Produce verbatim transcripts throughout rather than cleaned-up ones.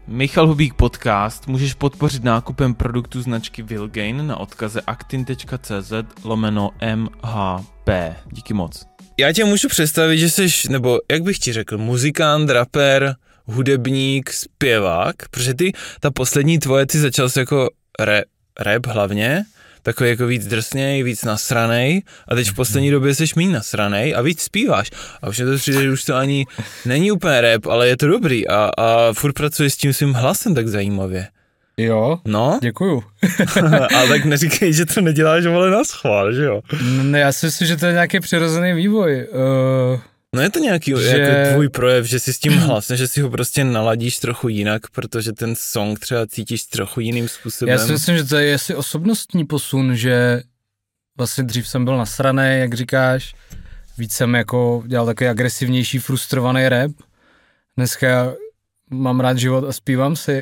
Michal Hubík podcast můžeš podpořit nákupem produktů značky Vilgain na odkaze actin.cz lomeno mhp. Díky moc. Já tě můžu představit, že jsi, nebo jak bych ti řekl, muzikant, rapper, hudebník, zpěvák, protože ty, ta poslední tvoje, ty začal jsi jako re, rap hlavně, takový jako víc drsněj, víc nasranej a teď v poslední době jsi méně nasranej a víc zpíváš. A už mi to přijde, že už to ani není úplně rap, ale je to dobrý a, a furt pracuješ s tím svým hlasem tak zajímavě. Jo, no? Děkuju. Ale tak neříkej, že to neděláš, vole, na schvál, že jo? Ne, já si myslím, že to je nějaký přirozený vývoj. Uh, no je to nějaký že... jako tvůj projev, že si s tím hlasem, že si ho prostě naladíš trochu jinak, protože ten song třeba cítíš trochu jiným způsobem. Já si myslím, že to je asi osobnostní posun, že vlastně dřív jsem byl nasranej, jak říkáš, víc jsem jako dělal takový agresivnější, frustrovaný rap. Dneska mám rád život a zpívám si.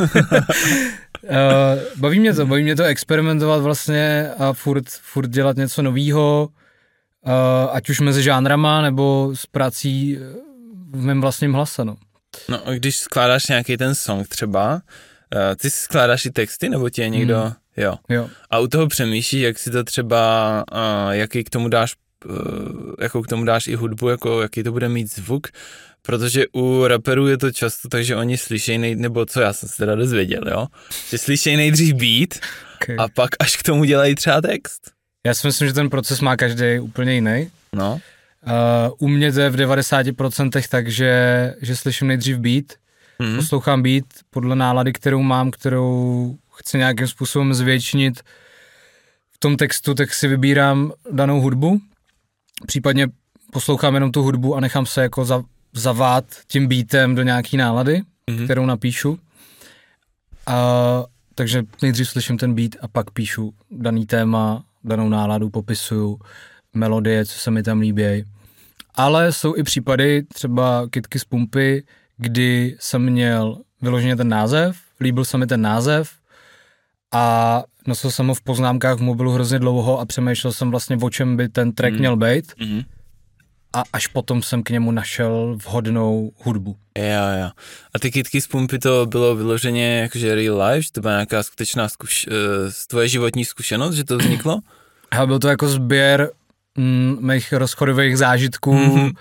uh, baví mě to, baví mě to experimentovat vlastně a furt, furt dělat něco novýho, uh, ať už mezi žánrama nebo s prací v mém vlastním hlase, no. No a když skládáš nějaký ten song třeba, uh, ty si skládáš i texty, nebo tě někdo, hmm. jo. jo. A u toho přemýšlíš, jak si to třeba, uh, jaký k tomu dáš, uh, jako k tomu dáš i hudbu, jako jaký to bude mít zvuk, protože u raperů je to často tak, že oni slyšejí, nej, nebo co já jsem se teda dozvěděl, jo, že slyšejí nejdřív beat okay. a pak až k tomu dělají třeba text. Já si myslím, že ten proces má každý úplně jiný. No. Uh, u mě to je v devadesáti procentech tak, že, že slyším nejdřív beat, mm. poslouchám beat podle nálady, kterou mám, kterou chci nějakým způsobem zvětšnit v tom textu, tak si vybírám danou hudbu, případně poslouchám jenom tu hudbu a nechám se jako za, zavát tím beatem do nějaký nálady, mm. kterou napíšu. A, takže nejdřív slyším ten beat a pak píšu daný téma, danou náladu, popisuju melodie, co se mi tam líbí. Ale jsou i případy, třeba Kytky z pumpy, kdy jsem měl vyloženě ten název, líbil se mi ten název a nosil jsem ho v poznámkách v mobilu hrozně dlouho a přemýšlel jsem vlastně, o čem by ten track mm. měl být. Mm. A až potom jsem k němu našel vhodnou hudbu. Jo, jo. A ty Kytky z pumpy to bylo vyloženě jakože real life, že to byla nějaká skutečná zkuš- uh, tvoje životní zkušenost, že to vzniklo? A byl to jako sběr mm, mých rozchodových zážitků mm-hmm.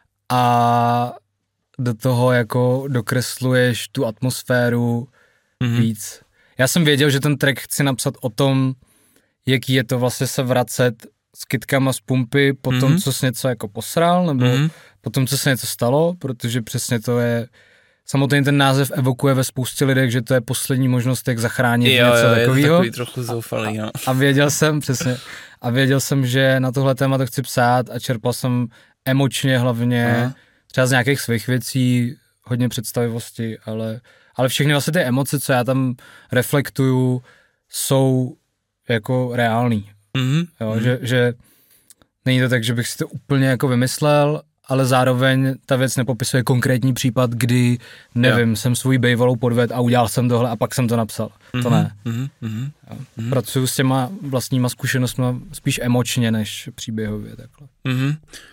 a do toho jako dokresluješ tu atmosféru mm-hmm. víc. Já jsem věděl, že ten track chci napsat o tom, jaký je to vlastně se vracet s kytkama z pumpy po tom, mm-hmm. co jsi něco jako posral, nebo mm-hmm. po tom, co se něco stalo, protože přesně to je, samotný ten název evokuje ve spoustě lidech, že to je poslední možnost, jak zachránit jo, něco jo, takového. Je to takový trochu zoufalý, no. A, a věděl jsem, přesně, a věděl jsem, že na tohle téma to chci psát a čerpal jsem emočně hlavně, aha. třeba z nějakých svých věcí, hodně představivosti, ale, ale všechny vlastně ty emoce, co já tam reflektuju, jsou jako reální. Mm-hmm. Jo, mm-hmm. Že, že není to tak, že bych si to úplně jako vymyslel, ale zároveň ta věc nepopisuje konkrétní případ, kdy, nevím, jo. jsem svůj bejvalou podvedl a udělal jsem tohle a pak jsem to napsal. Mm-hmm. To ne. Mm-hmm. Mm-hmm. Pracuju s těma vlastníma zkušenostmi spíš emočně, než příběhově takhle. Mm-hmm.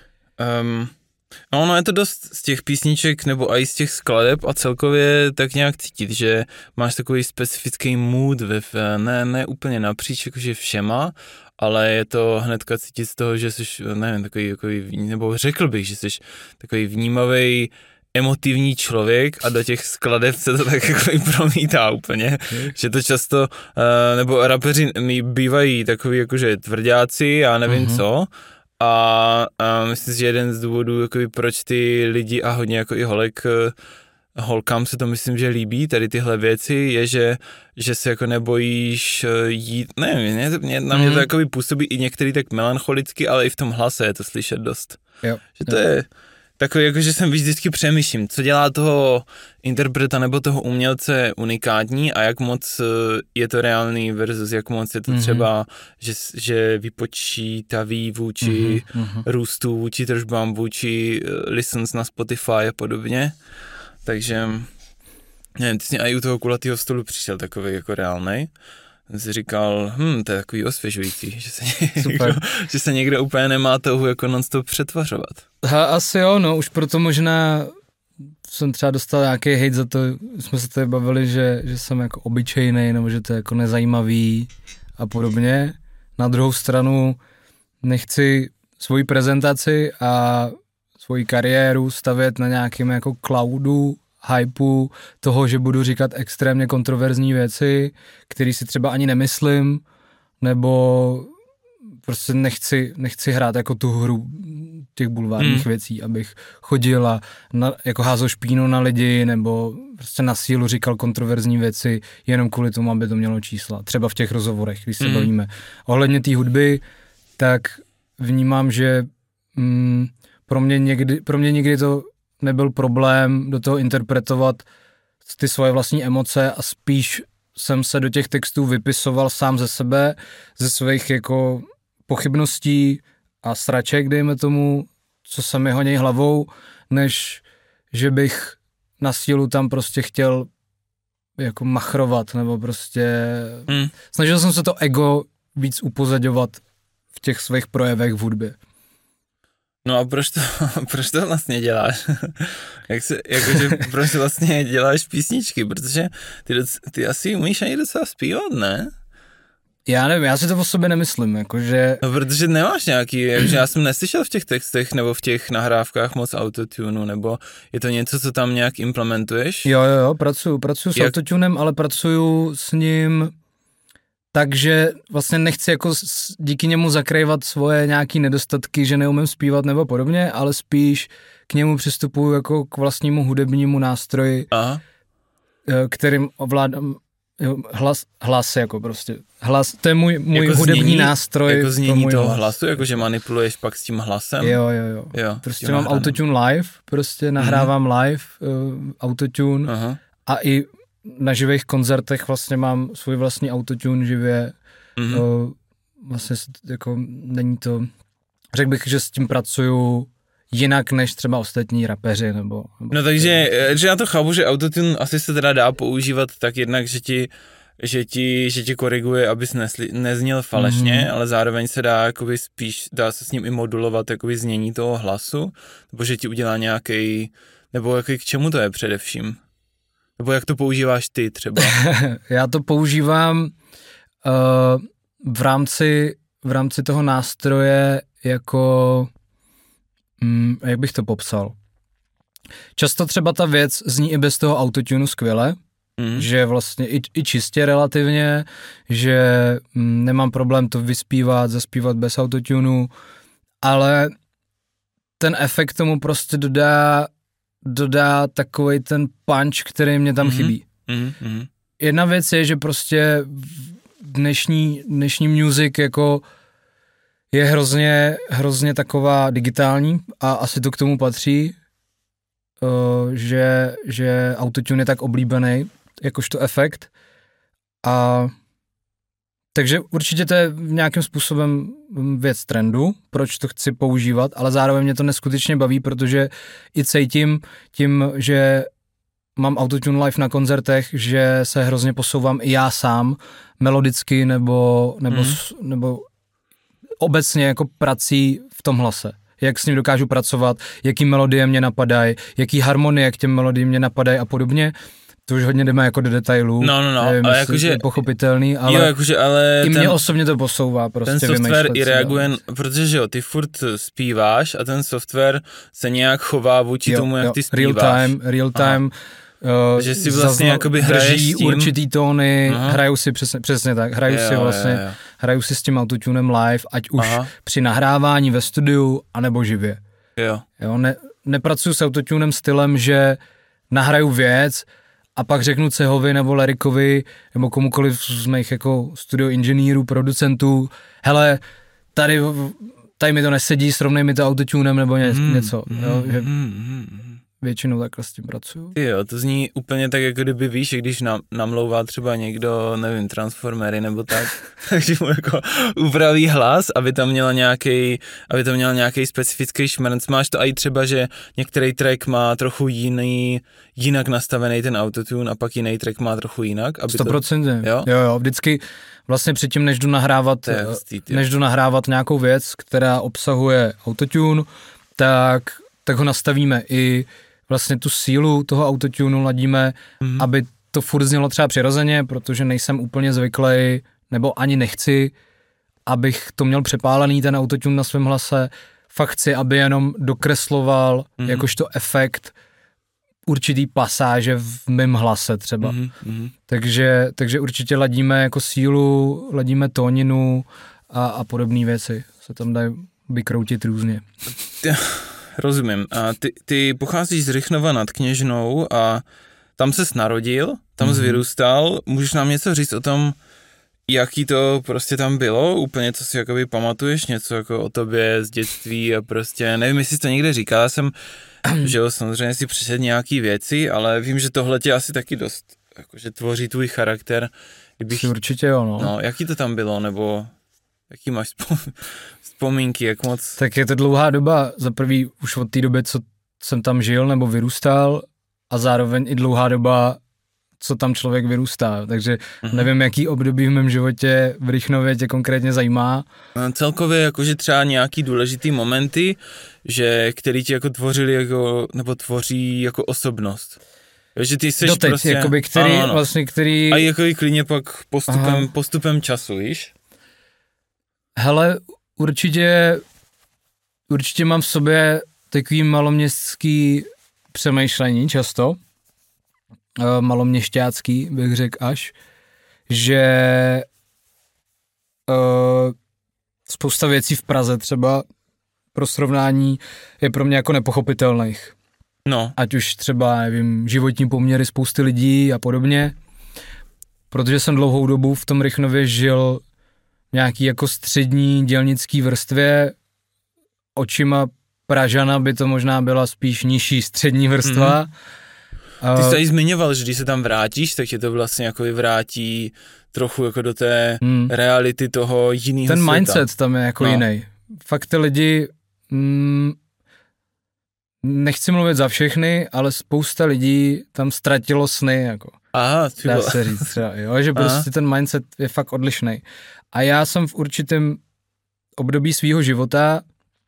Um, no, ono je to dost z těch písniček nebo i z těch skladeb a celkově tak nějak cítit, že máš takový specifický mood, ve, ne, ne úplně napříč jakože všema, ale je to hnedka cítit z toho, že jsi, nevím, takový, takový, nebo řekl bych, že jsi takový vnímavý, emotivní člověk a do těch skladeb se to tak jako i promítá úplně, že to často, nebo rapeři bývají takový jakože tvrďáci, já nevím uh-huh. co, a, a myslím si, že jeden z důvodů, jakoby, proč ty lidi a hodně jako i holek, holkám se to myslím, že líbí, tady tyhle věci, je, že, že se jako nebojíš jít, nevím, ne, mě, na mě to jakoby působí i některý tak melancholicky, ale i v tom hlase je to slyšet dost. Jo. Že to je takový, jako že jsem víc vždycky přemýšlím, co dělá toho interpreta nebo toho umělce unikátní a jak moc je to reálný versus jak moc je to mm-hmm. třeba, že, že vypočítaví vůči mm-hmm. růstu, vůči tržbám, vůči listens na Spotify a podobně. Takže, nevím, ty jsi i u toho kulatýho stolu přišel takový jako reálnej. Jsem si říkal, hm, to je takový osvěžující, že se, někdo, že se někdo úplně nemá touhu jako non-stop přetvařovat. Ha, asi jo, no, už proto možná jsem třeba dostal nějaký hejt za to, jsme se tady bavili, že, že jsem jako obyčejnej, nebo že to je jako nezajímavý a podobně. Na druhou stranu nechci svoji prezentaci a svoji kariéru stavět na nějakém jako cloudu, hypeu toho, že budu říkat extrémně kontroverzní věci, které si třeba ani nemyslím, nebo prostě nechci, nechci hrát jako tu hru těch bulvárních hmm. věcí, abych chodil a na, jako házel špínu na lidi, nebo prostě na sílu říkal kontroverzní věci jenom kvůli tomu, aby to mělo čísla. Třeba v těch rozhovorech, když se hmm. bavíme. Ohledně té hudby, tak vnímám, že mm, pro mě někdy, pro mě někdy to nebyl problém do toho interpretovat ty svoje vlastní emoce a spíš jsem se do těch textů vypisoval sám ze sebe, ze svých jako pochybností a sraček, dejme tomu, co se mi honí hlavou, než že bych na sílu tam prostě chtěl jako machrovat, nebo prostě mm. snažil jsem se to ego víc upozaďovat v těch svých projevech v hudbě. No a proč to, proč to vlastně děláš? Jak se, jakože, proč vlastně děláš písničky? Protože ty, doc, ty asi umíš ani docela zpívat, ne? Já nevím, já si to o sobě nemyslím, jakože... No protože nemáš nějaký, jakože já jsem neslyšel v těch textech nebo v těch nahrávkách moc autotunu, nebo je to něco, co tam nějak implementuješ? Jo, jo, jo, pracuju, pracuju s Jak... autotunem, ale pracuju s ním... Takže vlastně nechci jako díky němu zakrývat svoje nějaký nedostatky, že neumím zpívat nebo podobně, ale spíš k němu přistupuju jako k vlastnímu hudebnímu nástroji, Aha. kterým ovládám hlas, hlas jako prostě. Hlas, to je můj, můj jako hudební znění, nástroj. Jako znění pro toho hlas. Hlasu, jakože manipuluješ pak s tím hlasem? Jo, jo, jo. jo prostě mám hranou. Autotune live, prostě nahrávám mm-hmm. live uh, autotune Aha. a i na živých koncertech vlastně mám svůj vlastní autotune živě. Mm-hmm. O, vlastně jako není to... Řekl bych, že s tím pracuju jinak než třeba ostatní rapeři, nebo... nebo no takže, že já to chápu, že autotune asi se teda dá používat tak jednak, že ti, že ti, že ti koriguje, abys nesli, nezněl falešně, mm-hmm. ale zároveň se dá jakoby spíš, dá se s ním i modulovat jakoby znění toho hlasu, nebo že ti udělá nějaký, nebo jaký, k čemu to je především? Nebo jak to používáš ty třeba? Já to používám uh, v rámci v rámci toho nástroje jako, um, jak bych to popsal. Často třeba ta věc zní i bez toho autotunu skvěle, mm. že vlastně i, i čistě relativně, že um, nemám problém to vyspívat, zaspívat bez autotunu, ale ten efekt tomu prostě dodá dodá takovej ten punch, který mě tam mm-hmm. chybí. Mm-hmm. Jedna věc je, že prostě dnešní, dnešní music jako je hrozně, hrozně taková digitální a asi to k tomu patří, uh, že, že autotune je tak oblíbený, jakožto efekt. A takže určitě to je nějakým způsobem věc trendu, proč to chci používat, ale zároveň mě to neskutečně baví, protože i cítím tím, že mám autotune live na koncertech, že se hrozně posouvám i já sám melodicky nebo, nebo, mm. nebo obecně jako prací v tom hlase. Jak s ním dokážu pracovat, jaký melodie mě napadají, jaký harmonie k těm melodiím mě napadají a podobně. To už hodně jdeme jako do detailů. No, no, no. Nevím, ale jakože je pochopitelný, ale, jo, jakože, ale i mě ten, osobně to posouvá prostě. Ten software i reaguje, no. Protože jo, ty furt zpíváš a ten software se nějak chová vůči jo, tomu, jak jo, ty zpíváš. Real time, real time. Uh, že si vlastně jakoby hraješ s tím. Určitý tóny, Aha. hraju si přesně, přesně tak, hraju jo, si vlastně, jo, jo. hraju si s tím autotunem live, ať už Aha. při nahrávání ve studiu, anebo živě. Jo. Jo, ne, nepracuju s autotunem stylem, že nahraju věc, a pak řeknu Cehovi nebo Lerikovi nebo komukoliv z mých jako studio inženýrů, producentů, hele, tady, tady mi to nesedí, srovnej mi to autotunem nebo ně, mm, něco. Mm, jo, že mm, mm. Většinou takhle s tím pracuju. Jo, to zní úplně tak, jako kdyby víš, že když nam, namlouvá třeba někdo, nevím, Transformery nebo tak, takže mu jako upraví hlas, aby tam měla nějaký, aby tam měl nějaký specifický šmrnc. Máš to i třeba, že některý track má trochu jiný, jinak nastavený ten autotune a pak jiný track má trochu jinak. Aby sto procent. To, jo? jo, jo, vždycky vlastně předtím, než jdu nahrávat, hustý, než jdu nahrávat nějakou věc, která obsahuje autotune, tak, tak ho nastavíme i vlastně tu sílu toho autotunu ladíme, mm. aby to furt znělo třeba přirozeně, protože nejsem úplně zvyklý, nebo ani nechci, abych to měl přepálený ten autotune na svém hlase. Fakt chci, aby jenom dokresloval mm. jakožto efekt určitý pasáže v mém hlase třeba. Mm. Takže, takže určitě ladíme jako sílu, ladíme tóninu a, a podobné věci. Se tam dají vykroutit různě. Rozumím. A ty, ty pocházíš z Rychnova nad Kněžnou a tam ses narodil, tam mm-hmm. jsi vyrůstal. Můžeš nám něco říct o tom, jaký to prostě tam bylo? Úplně co si jakoby pamatuješ, něco jako o tobě z dětství a prostě, nevím, jestli jsi to někde říkal, já jsem, že jo, samozřejmě si přečetl nějaký věci, ale vím, že tohle tě asi taky dost, jakože tvoří tvůj charakter. Kdybych, určitě jo, no. No, jaký to tam bylo, nebo jaký máš vzpomínky, jak moc? Tak je to dlouhá doba, za prvý už od té doby, co jsem tam žil nebo vyrůstal a zároveň i dlouhá doba, co tam člověk vyrůstá, takže mm-hmm. nevím, jaký období v mém životě v Rychnově tě konkrétně zajímá. Celkově jakože třeba nějaký důležitý momenty, že který ti jako tvořili jako, nebo tvoří jako osobnost. Že ty jsi doteď, prostě... jakoby, který ano, ano. vlastně, který... A jako klidně pak postupem, postupem času, víš? Hele, určitě, určitě mám v sobě takový maloměstský přemýšlení často, maloměšťácký, bych řekl až, že uh, spousta věcí v Praze třeba pro srovnání je pro mě jako nepochopitelných. No. Ať už třeba, nevím, životní poměry spousty lidí a podobně, protože jsem dlouhou dobu v tom Rychnově žil nějaký jako střední dělnický vrstvě, očima Pražana by to možná byla spíš nižší střední vrstva. Mm. Ty jsi tady zmiňoval, že když se tam vrátíš, tak tě to vlastně jako vrátí trochu jako do té mm. reality toho jiného Ten světa. mindset tam je jako no. jiný. Fakt ty lidi, mm, nechci mluvit za všechny, ale spousta lidí tam ztratilo sny, jako. Aha, dá se říct třeba, jo, že prostě Aha. ten mindset je fakt odlišný. A já jsem v určitém období svýho života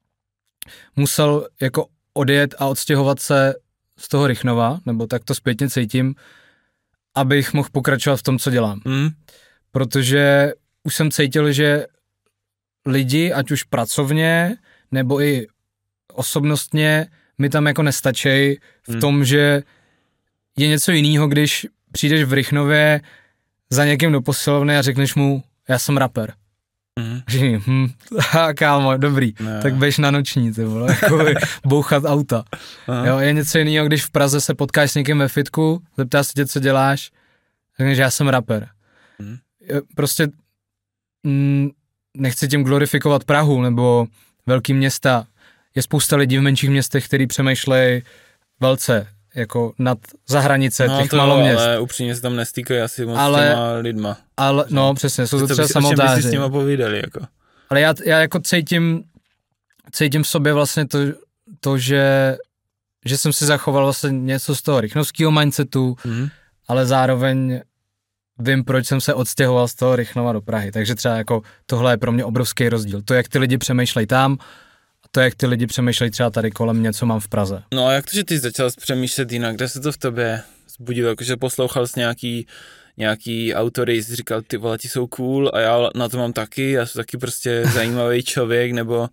musel jako odjet a odstěhovat se z toho Rychnova, nebo tak to zpětně cítím, abych mohl pokračovat v tom, co dělám. Mm. Protože už jsem cítil, že lidi, ať už pracovně, nebo i osobnostně, mi tam jako nestačí v mm. tom, že je něco jiného, když přijdeš v Rychnově za někým do posilovny a řekneš mu, já jsem rapper. Mm. Říkám, hm, kámo, dobrý, ne. tak běž na noční, ty vole, jako bouchat auta. Jo, je něco jiného, když v Praze se potkáš s někým ve fitku, zeptá se tě, co děláš, řekneš, já jsem rapper. Mm. Prostě mm, nechci tím glorifikovat Prahu nebo velký města. Je spousta lidí v menších městech, kteří přemýšlejí velce, jako nad za hranice no těch to, maloměst. Ale upřímně se tam nestýkají asi moc ale, s těma lidma. Ale, no přesně, jsou to, to třeba samotáři. O čem by si s těma povídali, jako? Ale já, já jako cítím, cítím v sobě vlastně to, to že, že jsem si zachoval vlastně něco z toho rychnovského mindsetu, mm. ale zároveň vím, proč jsem se odstěhoval z toho Rychnova do Prahy. Takže třeba jako tohle je pro mě obrovský rozdíl. To, jak ty lidi přemýšlejí tam, a to, jak ty lidi přemýšlejí třeba tady kolem mě, co mám v Praze. No a jak to, že ty začal přemýšlet jinak? Kde se to v tobě zbudilo? Jakože poslouchal jsi nějaký, nějaký autory, jsi říkal, ty vole, ti jsou cool a já na to mám taky, já jsem taky prostě zajímavý člověk, nebo...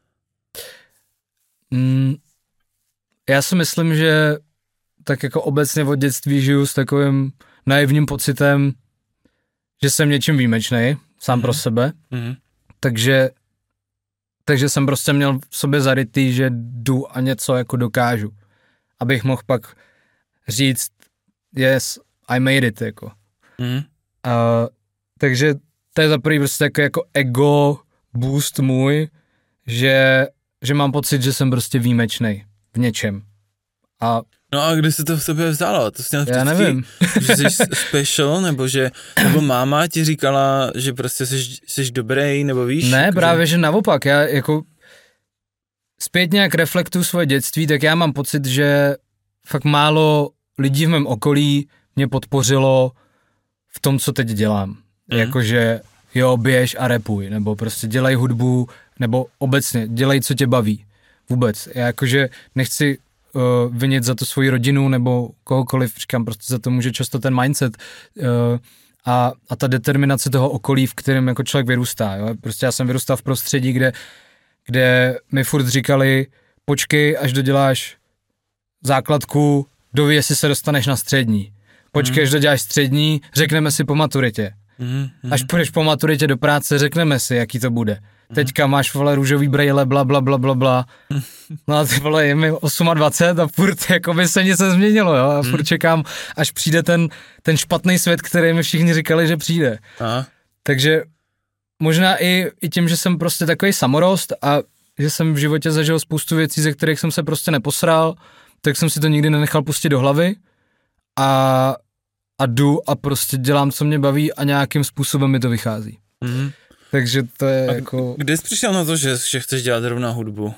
Mm, já si myslím, že tak jako obecně od dětství žiju s takovým naivním pocitem, že jsem něčím výjimečnej, sám mm-hmm. pro sebe, mm-hmm. takže takže jsem prostě měl v sobě zarytý, že jdu a něco jako dokážu, abych mohl pak říct, yes, I made it, jako. Mm. Uh, takže to je za prvý prostě jako, jako ego boost můj, že, že mám pocit, že jsem prostě výjimečnej v něčem. A no a kde se to v tobě vzalo? To jsi měl já nevím. Že jsi special, nebo že, nebo máma ti říkala, že prostě jsi, jsi dobrý, nebo víš? Ne, jako, právě, že... že naopak, já jako zpětně jak reflektuju svoje dětství, tak já mám pocit, že fakt málo lidí v mém okolí mě podpořilo v tom, co teď dělám. Mm. Jakože jo, běž a rapuj, nebo prostě dělej hudbu, nebo obecně dělej, co tě baví. Vůbec. Já jakože nechci uh, vinit za to svoji rodinu nebo kohokoliv, říkám, prostě za to může často ten mindset uh, a, a ta determinace toho okolí, v kterém jako člověk vyrůstá. Jo? Prostě já jsem vyrůstal v prostředí, kde, kde mi furt říkali, počkej, až doděláš základku, doví, jestli se dostaneš na střední. Počkej, až doděláš střední, řekneme si po maturitě. Mm, mm. Až půjdeš po maturitě do práce, řekneme si, jaký to bude. Mm. Teďka máš, vole, růžový brejle, bla, bla, bla, bla, bla. No a ty, vole, je mi dvacet osm a furt, jako by se nic nezměnilo, jo. A furt mm. čekám, až přijde ten, ten špatný svět, který mi všichni říkali, že přijde. Aha. Takže možná i, i tím, že jsem prostě takový samorost a že jsem v životě zažil spoustu věcí, ze kterých jsem se prostě neposral, tak jsem si to nikdy nenechal pustit do hlavy a a jdu a prostě dělám, co mě baví a nějakým způsobem mi to vychází. Mm. Takže to je a jako... Kdy jsi přišel na to, že, že chceš dělat rovnou hudbu?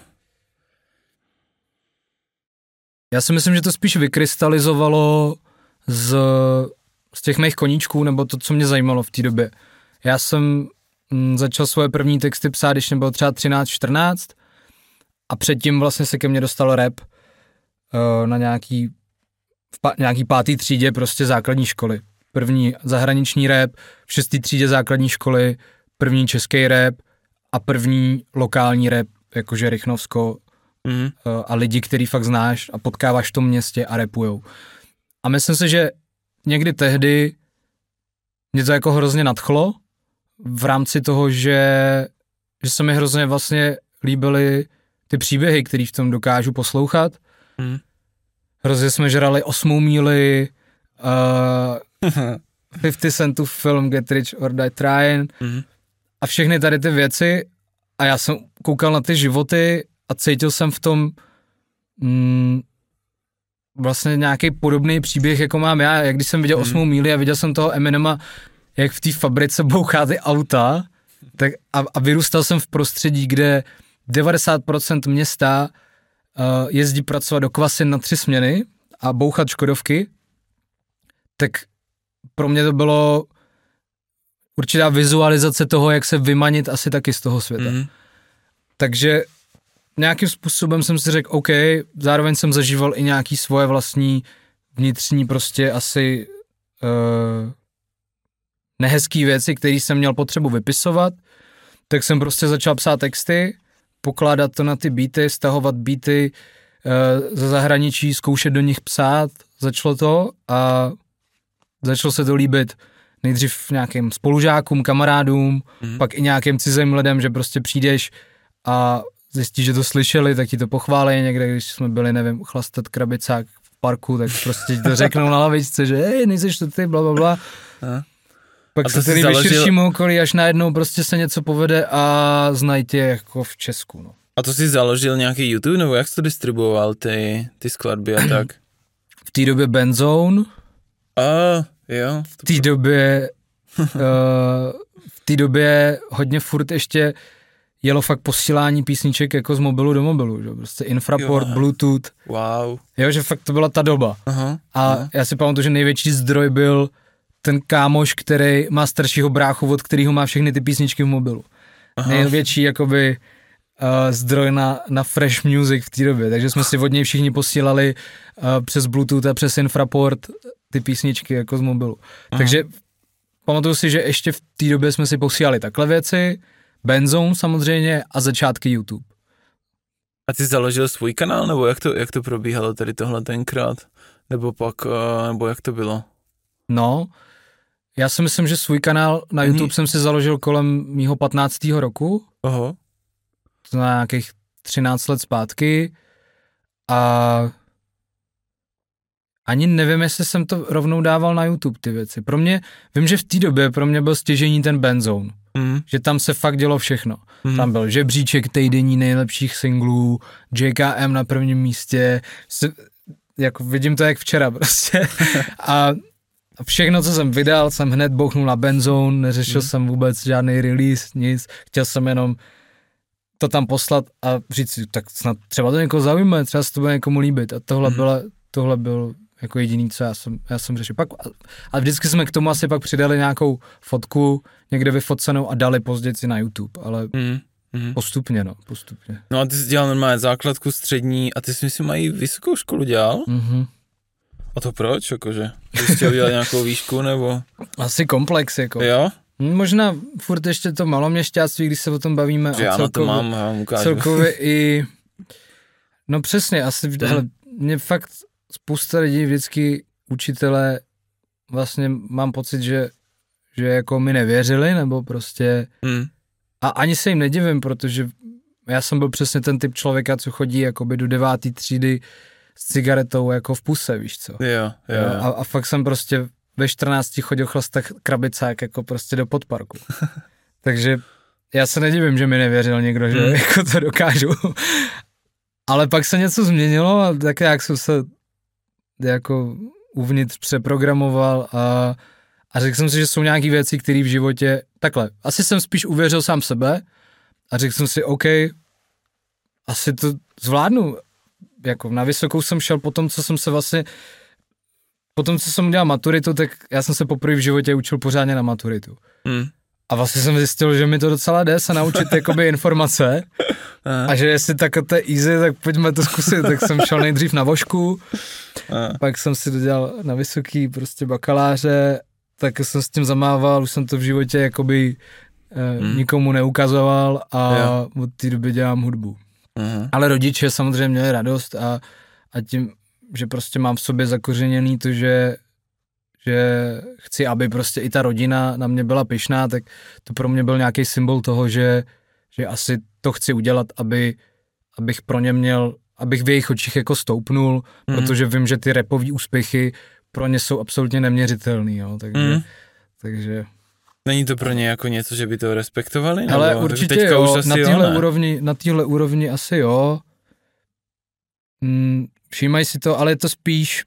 Já si myslím, že to spíš vykrystalizovalo z, z těch mých koníčků, nebo to, co mě zajímalo v té době. Já jsem m, začal svoje první texty psát, když mě bylo třeba třináct čtrnáct a předtím vlastně se ke mně dostal rap uh, na nějaký v pa, nějaký pátý třídě prostě základní školy. První zahraniční rap, v šestý třídě základní školy, první český rap a první lokální rap, jakože Rychnovsko mm. a lidi, který fakt znáš a potkáváš v tom městě a rapujou. A myslím si, že někdy tehdy mě to jako hrozně nadchlo v rámci toho, že, že se mi hrozně vlastně líbily ty příběhy, který v tom dokážu poslouchat. Mm. Hrozně jsme žrali osmou míli, uh, fifty centův film Get Rich or Die Trying mm. a všechny tady ty věci a já jsem koukal na ty životy a cítil jsem v tom mm, vlastně nějaký podobný příběh, jako mám já, jak když jsem viděl mm. osmou míli a viděl jsem toho Eminema, jak v té fabrice bouchá ty auta tak a, a vyrůstal jsem v prostředí, kde devadesát procent města Uh, jezdí pracovat do Kvasin na tři směny a bouchat škodovky, tak pro mě to bylo určitá vizualizace toho, jak se vymanit asi taky z toho světa. Mm. Takže nějakým způsobem jsem si řekl, OK, zároveň jsem zažíval i nějaký svoje vlastní vnitřní prostě asi uh, nehezký věci, které jsem měl potřebu vypisovat, tak jsem prostě začal psát texty, pokládat to na ty beaty, stahovat beaty e, ze zahraničí, zkoušet do nich psát, začalo to a začalo se to líbit nejdřív nějakým spolužákům, kamarádům, mm. pak i nějakým cizím lidem, že prostě přijdeš a zjistíš, že to slyšeli, tak ti to pochválí někde, když jsme byli, nevím, chlastat krabicák v parku, tak prostě ti to řeknou na lavičce, že hej, nejseš to ty, blablabla. Bla. Pak se tedy založil... širšímu okolí, až najednou prostě se něco povede a znají tě jako v Česku. No. A to jsi založil nějaký YouTube, nebo jak jsi to distribuoval, ty, ty skladby a tak? V té době Benzone. A jo. V té době uh, v té době hodně furt ještě jelo fakt posílání písniček jako z mobilu do mobilu, že? Prostě infraport, jo. Bluetooth. Wow. Jo, že fakt to byla ta doba. Aha, a aha. Já si pamatuju, že největší zdroj byl ten kámoš, který má staršího bráchu, od kterého má všechny ty písničky v mobilu. Aha. Největší jakoby uh, zdroj na, na fresh music v té době, takže jsme si od něj všichni posílali uh, přes Bluetooth a přes infraport ty písničky jako z mobilu. Aha. Takže pamatuju si, že ještě v té době jsme si posílali takhle věci, Benzone samozřejmě a začátky YouTube. A ty založil svůj kanál, nebo jak to, jak to probíhalo tady tohle tenkrát? Nebo pak, uh, nebo jak to bylo? No, já si myslím, že svůj kanál na YouTube Ani... jsem si založil kolem mýho patnáctého roku. Aha. To na nějakých třináct let zpátky a ani nevím, jestli jsem to rovnou dával na YouTube ty věci. Pro mě, vím, že v té době pro mě byl stěžejní ten Benzone. Mm. Že tam se fakt dělo všechno. Mm. Tam byl žebříček týdenní nejlepších singlů, J K M na prvním místě, se, jako vidím to jak včera prostě. a všechno, co jsem vydal, jsem hned bouchnul na Benzone, neřešil mm. jsem vůbec žádný release, nic, chtěl jsem jenom to tam poslat a říct si, tak snad třeba to někoho zaujme, třeba se to bude někomu líbit a tohle, mm. byla, tohle byl jako jediný, co já jsem, já jsem řešil. Pak, a vždycky jsme k tomu asi pak přidali nějakou fotku, někde vyfocenou a dali později na YouTube, ale mm. Mm. Postupně, no, postupně. No a ty jsi dělal normálně základku, střední a ty jsi myslím mají vysokou školu dělal? Mhm. A to proč, jakože? Ty jsi chtěl dělat nějakou výšku, nebo? Asi komplex, jako. Jo? Možná furt ještě to maloměšťáctví, když se o tom bavíme. Že já na to mám, já vám ukážu. Celkově i, no přesně, asi, hmm. hele, mě fakt spousta lidí vždycky, učitelé, vlastně mám pocit, že, že jako mi nevěřili, nebo prostě, hmm. a ani se jim nedivím, protože já jsem byl přesně ten typ člověka, co chodí jakoby do devátý třídy s cigaretou jako v puse, víš co. Jo, jo. A, a fakt jsem prostě ve čtrnácti chodil chlastat krabicák jako prostě do podparku. Takže já se nedivím, že mi nevěřil někdo, že hmm. jako to dokážu. Ale pak se něco změnilo a tak jak jsem se jako uvnitř přeprogramoval a, a řekl jsem si, že jsou nějaké věci, které v životě, takhle, asi jsem spíš uvěřil sám sebe a řekl jsem si, OK, asi to zvládnu. Jako na vysokou jsem šel po tom, co jsem se vlastně, po tom, co jsem udělal maturitu, tak já jsem se poprvé v životě učil pořádně na maturitu. Hmm. A vlastně jsem zjistil, že mi to docela jde se naučit jakoby informace a že jestli tak to je easy, tak pojďme to zkusit. Tak jsem šel nejdřív na vošku, pak jsem si dodělal na vysoký prostě bakaláře, tak jsem s tím zamával, už jsem to v životě jakoby eh, hmm. nikomu neukazoval a jo. Od té doby dělám hudbu. Aha. Ale rodiče samozřejmě měli radost a, a tím, že prostě mám v sobě zakořeněný to, že, že chci, aby prostě i ta rodina na mě byla pyšná, tak to pro mě byl nějaký symbol toho, že, že asi to chci udělat, aby, abych pro ně měl, abych v jejich očích jako stoupnul, mm. protože vím, že ty rapový úspěchy pro ně jsou absolutně neměřitelný, jo, takže, mm. takže... Není to pro ně jako něco, že by to respektovali? Ale určitě teďka jo, už asi na téhle jo, úrovni, na téhle úrovni asi jo. Hmm, všímají si to, ale je to spíš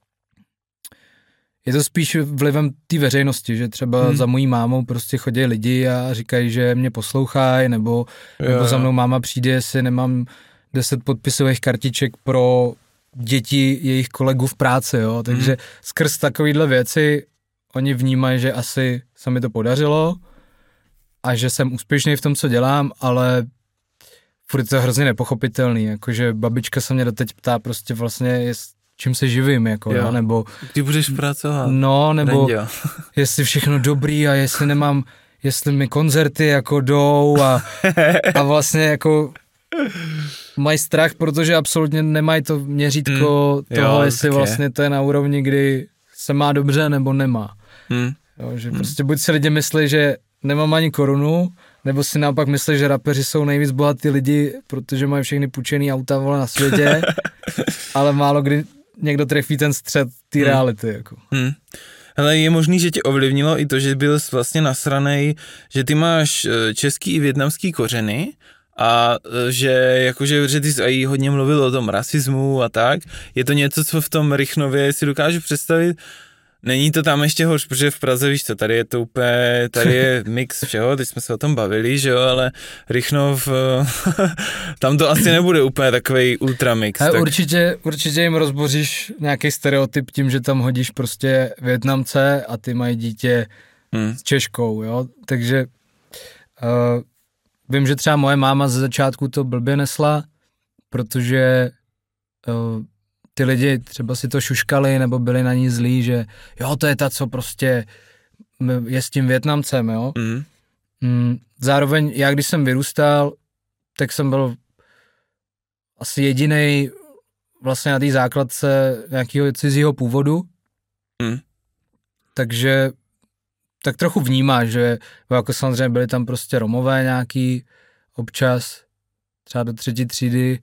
je to spíš vlivem té veřejnosti, že třeba hmm. za mojí mámou prostě chodí lidi a říkají, že mě poslouchají, nebo, nebo za mnou máma přijde, jestli nemám deset podpisových kartiček pro děti jejich kolegů v práci, jo, takže hmm. skrz takovýhle věci oni vnímají, že asi se mi to podařilo a že jsem úspěšný v tom, co dělám, ale furt to je hrozně nepochopitelný, jakože babička se mě doteď ptá prostě vlastně, jest, čím se živím, jako, jo. nebo... Ty budeš pracovat. No, nebo jestli všechno dobrý a jestli nemám, jestli mi koncerty jako jdou a, a vlastně jako mají strach, protože absolutně nemají to měřítko hmm. toho, jo, jestli vlastně to je na úrovni, kdy se má dobře nebo nemá. Hmm. Jo, že hmm. prostě buď si lidi myslí, že nemám ani korunu, nebo si naopak myslí, že rapeři jsou nejvíc bohatý lidi, protože mají všechny půjčený auta vole na světě, ale málo kdy někdo trefí ten střed té hmm. reality. Jako. Hmm. Hele, je možný, že tě ovlivnilo i to, že byl vlastně nasranej, že ty máš český i vietnamský kořeny a že jakože, že ty jsi i hodně mluvil o tom rasismu a tak. Je to něco, co v tom Rychnově si dokážu představit? Není to tam ještě horší, protože v Praze, víš co, tady je to úplně, tady je mix všeho, teď jsme se o tom bavili, že jo, ale Rychnov, tam to asi nebude úplně takovej ultramix. Tak... Určitě, určitě jim rozboříš nějaký stereotyp tím, že tam hodíš prostě Vietnamce a ty mají dítě hmm. s Češkou, jo, takže uh, vím, že třeba moje máma ze začátku to blbě nesla, protože uh, ty lidi třeba si to šuškali nebo byli na ní zlí, že jo, to je ta, co prostě je s tím Vietnamcem, jo. Mm. Mm, zároveň já, když jsem vyrůstal, tak jsem byl asi jedinej vlastně na té základce nějakého cizího původu, mm. takže tak trochu vnímáš, že jako samozřejmě byli tam prostě Romové nějaký občas, třeba do třetí třídy,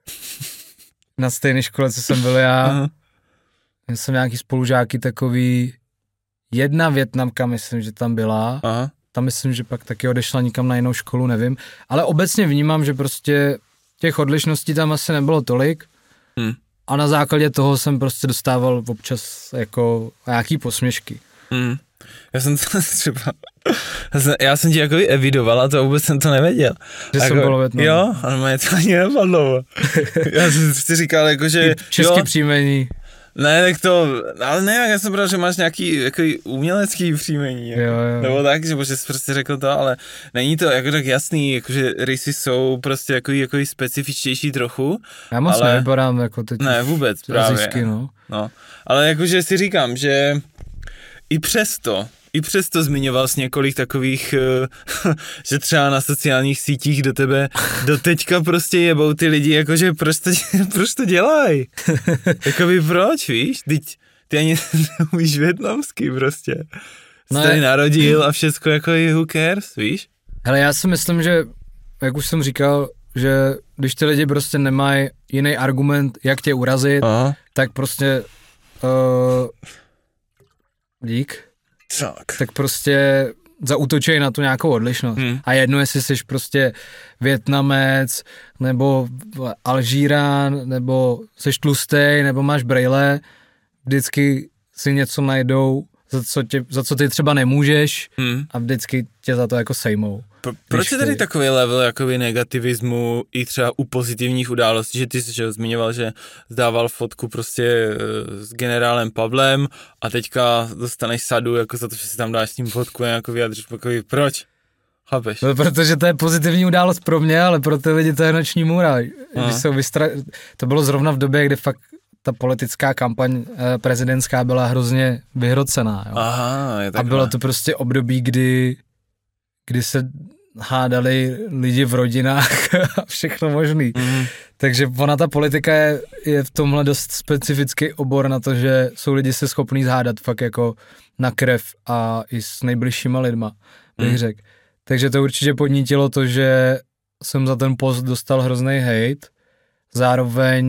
na stejné škole, co jsem byl já. Aha. Já jsem nějaký spolužáky takový, jedna Vietnamka, myslím, že tam byla. Aha. Tam myslím, že pak taky odešla nikam na jinou školu, nevím. Ale obecně vnímám, že prostě těch odlišností tam asi nebylo tolik. Hmm. A na základě toho jsem prostě dostával občas jako nějaký posměšky. Hmm. Já jsem to třeba, já jsem, já jsem ti jako evidoval a to vůbec jsem to nevěděl. Že jako, jsem byl Vietnamu. Jo, ale mě to ani nepadlo. Já jsem si říkal jako, že český jo, příjmení. Ne, tak to, ale ne, já jsem pravil, že máš nějaký jako umělecký příjmení, jako, jo, jo. nebo tak, že jsi prostě řekl to, ale není to jako tak jasný, jakože rysy jsou prostě jako, jako specifičtější trochu. Já moc ale... nevypadám jako teď. Ne, vůbec, právě. Zisky, no. no. Ale jakože si říkám, že i přesto, I přesto zmiňoval jsi několik takových, že třeba na sociálních sítích do tebe do teďka prostě jebou ty lidi, jakože proč to, proč to dělají? Jakoby proč, víš? Teď ty ani neumíš vietnamsky prostě. Jsi ne. tady narodil a všecko jako who cares, víš? Hele, já si myslím, že, jak už jsem říkal, že když ty lidi prostě nemají jiný argument, jak tě urazit, aha, tak prostě uh, dík. Tak. tak prostě zaútočej na tu nějakou odlišnost. Hmm. A jedno, jestli jsi prostě Vietnamec, nebo Alžírán, nebo jsi tlustej, nebo máš brejle, vždycky si něco najdou, za co, tě, za co ty třeba nemůžeš hmm. a vždycky tě za to jako sejmou. Pro, proč je tady takový level jakoby negativismu i třeba u pozitivních událostí, že ty jsi že, zmiňoval, že zdával fotku prostě s generálem Pavlem a teďka dostaneš sadu jako za to, že si tam dáš s tím fotku a jako vyjadříš takový, proč? Chápeš? No, protože to je pozitivní událost pro mě, ale pro ty lidi to je noční můra. Jsou vystra... To bylo zrovna v době, kdy fakt ta politická kampaň eh, prezidentská byla hrozně vyhrocená. Jo? Aha, je tak. A bylo to prostě období, kdy kdy se hádali lidi v rodinách a všechno možný. Mm. Takže ona ta politika je, je v tomhle dost specifický obor na to, že jsou lidi se schopní zhádat fakt jako na krev a i s nejbližšíma lidma, bych mm. řekl. Takže to určitě podnítilo to, že jsem za ten post dostal hrozný hejt. Zároveň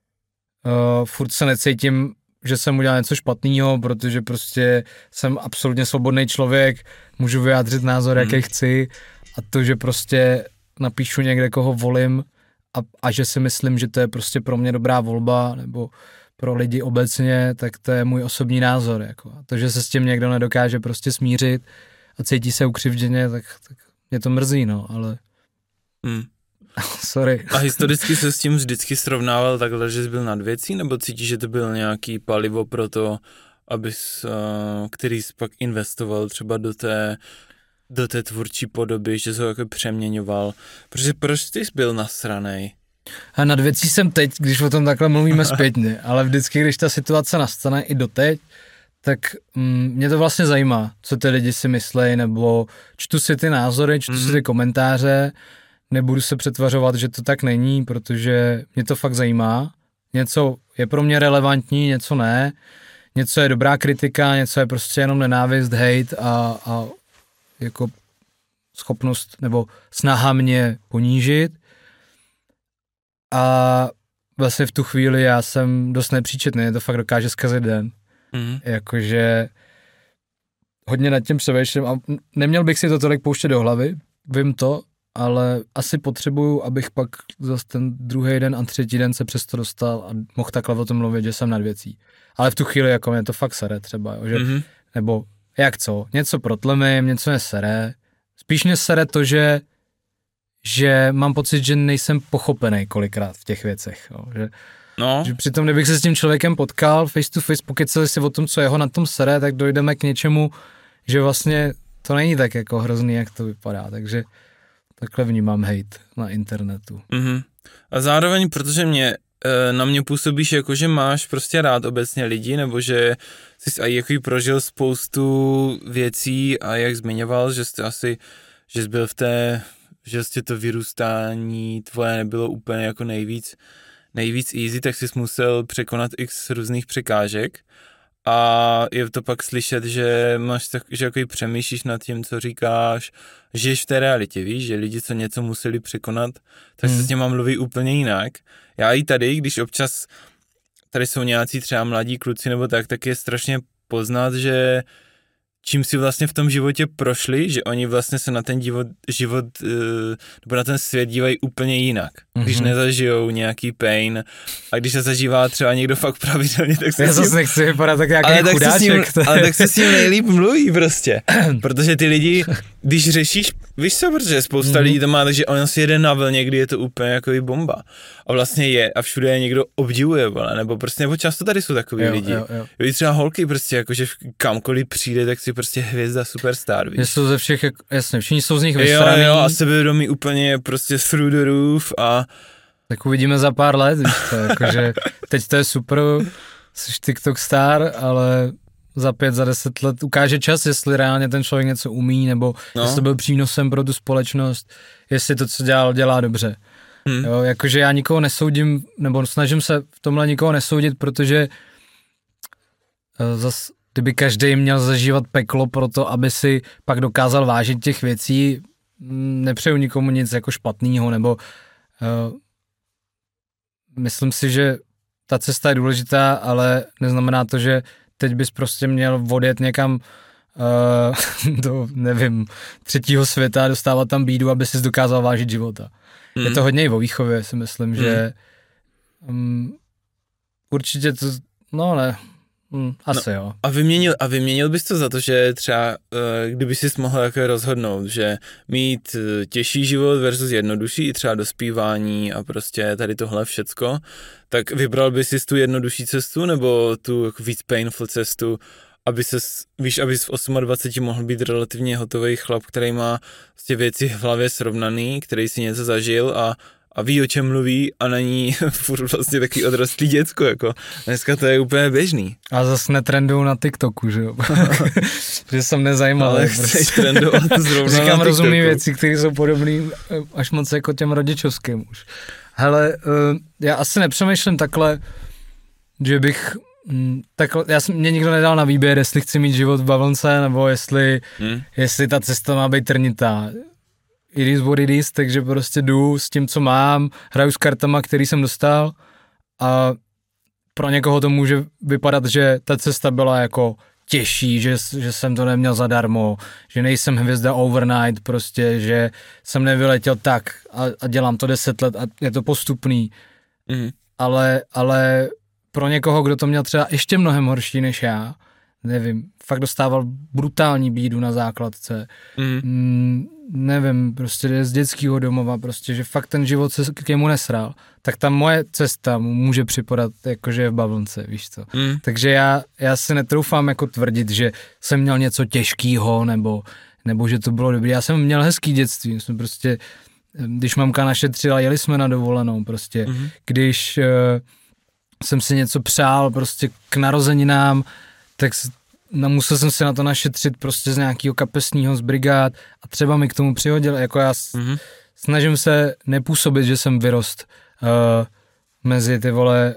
uh, furt se necítím, že jsem udělal něco špatného, protože prostě jsem absolutně svobodný člověk, můžu vyjádřit názor, jaký hmm. chci a to, že prostě napíšu někde, koho volím a, a že si myslím, že to je prostě pro mě dobrá volba nebo pro lidi obecně, tak to je můj osobní názor. Jako. A to, že se s tím někdo nedokáže prostě smířit a cítí se ukřivděně, tak, tak mě to mrzí, no, ale... Hmm. Sorry. A historicky se s tím vždycky srovnával takhle, že jsi byl nad věcí, nebo cítíš, že to byl nějaký palivo pro to, abys, uh, který jsi pak investoval třeba do té, do té tvůrčí podoby, že jsi ho jako přeměňoval? Protože proč ty jsi byl nasranej? A nad věcí jsem teď, když o tom takhle mluvíme zpětně, ale vždycky, když ta situace nastane i doteď, tak mm, mě to vlastně zajímá, co ty lidi si myslejí, nebo čtu si ty názory, čtu mm-hmm. si ty komentáře, nebudu se přetvařovat, že to tak není, protože mě to fakt zajímá. Něco je pro mě relevantní, něco ne. Něco je dobrá kritika, něco je prostě jenom nenávist, hate a, a jako schopnost nebo snaha mě ponížit. A vlastně v tu chvíli já jsem dost nepříčetný, to fakt dokáže zkazit den. Mm. Jakože hodně nad tím přemýšlím a neměl bych si to tolik pouštět do hlavy, vím to, ale asi potřebuju, abych pak zase ten druhý den a třetí den se přesto dostal a mohl takhle o tom mluvit, že jsem nad věcí. Ale v tu chvíli jako mě to fakt sere třeba, že, mm-hmm. nebo jak co, něco protlemím, něco mě sere. Spíš mě sere to, že, že mám pocit, že nejsem pochopený kolikrát v těch věcech. Jo, že, no. že přitom, kdybych se s tím člověkem potkal face to face, pokecali si o tom, co jeho na tom sere, tak dojdeme k něčemu, že vlastně to není tak jako hrozný, jak to vypadá, takže takhle vnímám hate na internetu. Mm-hmm. A zároveň, protože mě, na mě působíš jako, že máš prostě rád obecně lidi, nebo že jsi aj jako prožil spoustu věcí a jak zmiňoval, že jsi asi, že jsi byl v té, že jsi to vyrůstání tvoje nebylo úplně jako nejvíc, nejvíc easy, tak jsi musel překonat x různých překážek. A je to pak slyšet, že máš tak, že jako přemýšlíš nad tím, co říkáš, žiješ v té realitě, víš, že lidi, co něco museli překonat, tak hmm. se s těma mluví úplně jinak. Já i tady, když občas tady jsou nějací třeba mladí kluci nebo tak, tak je strašně poznat, že čím si vlastně v tom životě prošli, že oni vlastně se na ten život, život nebo na ten svět dívají úplně jinak, mm-hmm. když nezažijou nějaký pain a když se zažívá třeba někdo fakt pravidelně, tak se Já s ním... zase nechci vypadat tak nějaký chudáček. Ale tak se s ním nejlíp mluví prostě, protože ty lidi, když řešíš víš co, protože spousta mm. lidí to má, takže on si jede na vlně, kdy je to úplně jako bomba. A vlastně je a všude je někdo obdivuje, vole, nebo prostě, nebo často tady jsou takový jo, lidi. Jo, jo. Jo, třeba holky prostě, jakože kamkoliv přijde, tak si prostě hvězda superstar, víš. Jsou ze všech, jasně, všichni jsou z nich vysraný. Jo, jo, a sebevědomí úplně prostě through the roof a... Tak uvidíme za pár let, víš to, jakože teď to je super, jsi TikTok star, ale za pět, za deset let ukáže čas, jestli reálně ten člověk něco umí, nebo no. jestli to byl přínosem pro tu společnost, jestli to, co dělal, dělá dobře. Hmm. Jo, jakože já nikoho nesoudím, nebo snažím se v tomhle nikoho nesoudit, protože zas, kdyby každý měl zažívat peklo pro to, aby si pak dokázal vážit těch věcí, nepřeju nikomu nic jako špatného, nebo uh, myslím si, že ta cesta je důležitá, ale neznamená to, že teď bys prostě měl odjet někam uh, do, nevím, třetího světa a dostávat tam bídu, aby si dokázal vážit života. Mm. Je to hodně i o výchově, si myslím, mm. že um, určitě to, no ne, um, asi no, jo. A vyměnil, a vyměnil bys to za to, že třeba, uh, kdyby jsi mohl jako rozhodnout, že mít uh, těžší život versus jednodušší, třeba dospívání a prostě tady tohle všecko, tak vybral bys si tu jednodušší cestu, nebo tu jako víc painful cestu, aby ses, víš, abys v dvaceti osmi mohl být relativně hotový chlap, který má vlastně věci v hlavě srovnaný, který si něco zažil a, a ví, o čem mluví a není furt vlastně taky odrostlý děcko, jako dneska to je úplně běžný. A zase netrendujou na TikToku, že jo? Že jsem nezajímavý. Ale chceš prostě trendovat zrovna říkám na TikToku. rozumný věci, které jsou podobné až moc jako těm rodičovským už. Hele, uh, já asi nepřemýšlím takhle, že bych, mm, takhle, já jsem, mě nikdo nedal na výběr, jestli chci mít život v bavlnce, nebo jestli, hmm. jestli ta cesta má být trnitá. It is what it is, takže prostě jdu s tím, co mám, hraju s kartama, který jsem dostal a pro někoho to může vypadat, že ta cesta byla jako těžší, že, že jsem to neměl zadarmo, že nejsem hvězda overnight, prostě, že jsem nevyletěl tak a, a dělám to deset let a je to postupný. Mm. Ale, ale pro někoho, kdo to měl třeba ještě mnohem horší než já, nevím, fakt dostával brutální bídu na základce, mm. Mm, nevím, prostě je z dětského domova, prostě, že fakt ten život se k němu nesral, tak ta moje cesta mu může připadat jakože je v bavlnce, víš co. Mm. Takže já, já si netroufám jako tvrdit, že jsem měl něco těžkého, nebo, nebo že to bylo dobré. Já jsem měl hezký dětství, jsme prostě, když mamka našetřila, jeli jsme na dovolenou, prostě, mm. když uh, jsem si něco přál prostě k narozeninám, tak no, musel jsem se na to našetřit prostě z nějakého kapesního z brigád a třeba mi k tomu přihodil, jako já mm-hmm. snažím se nepůsobit, že jsem vyrost uh, mezi ty vole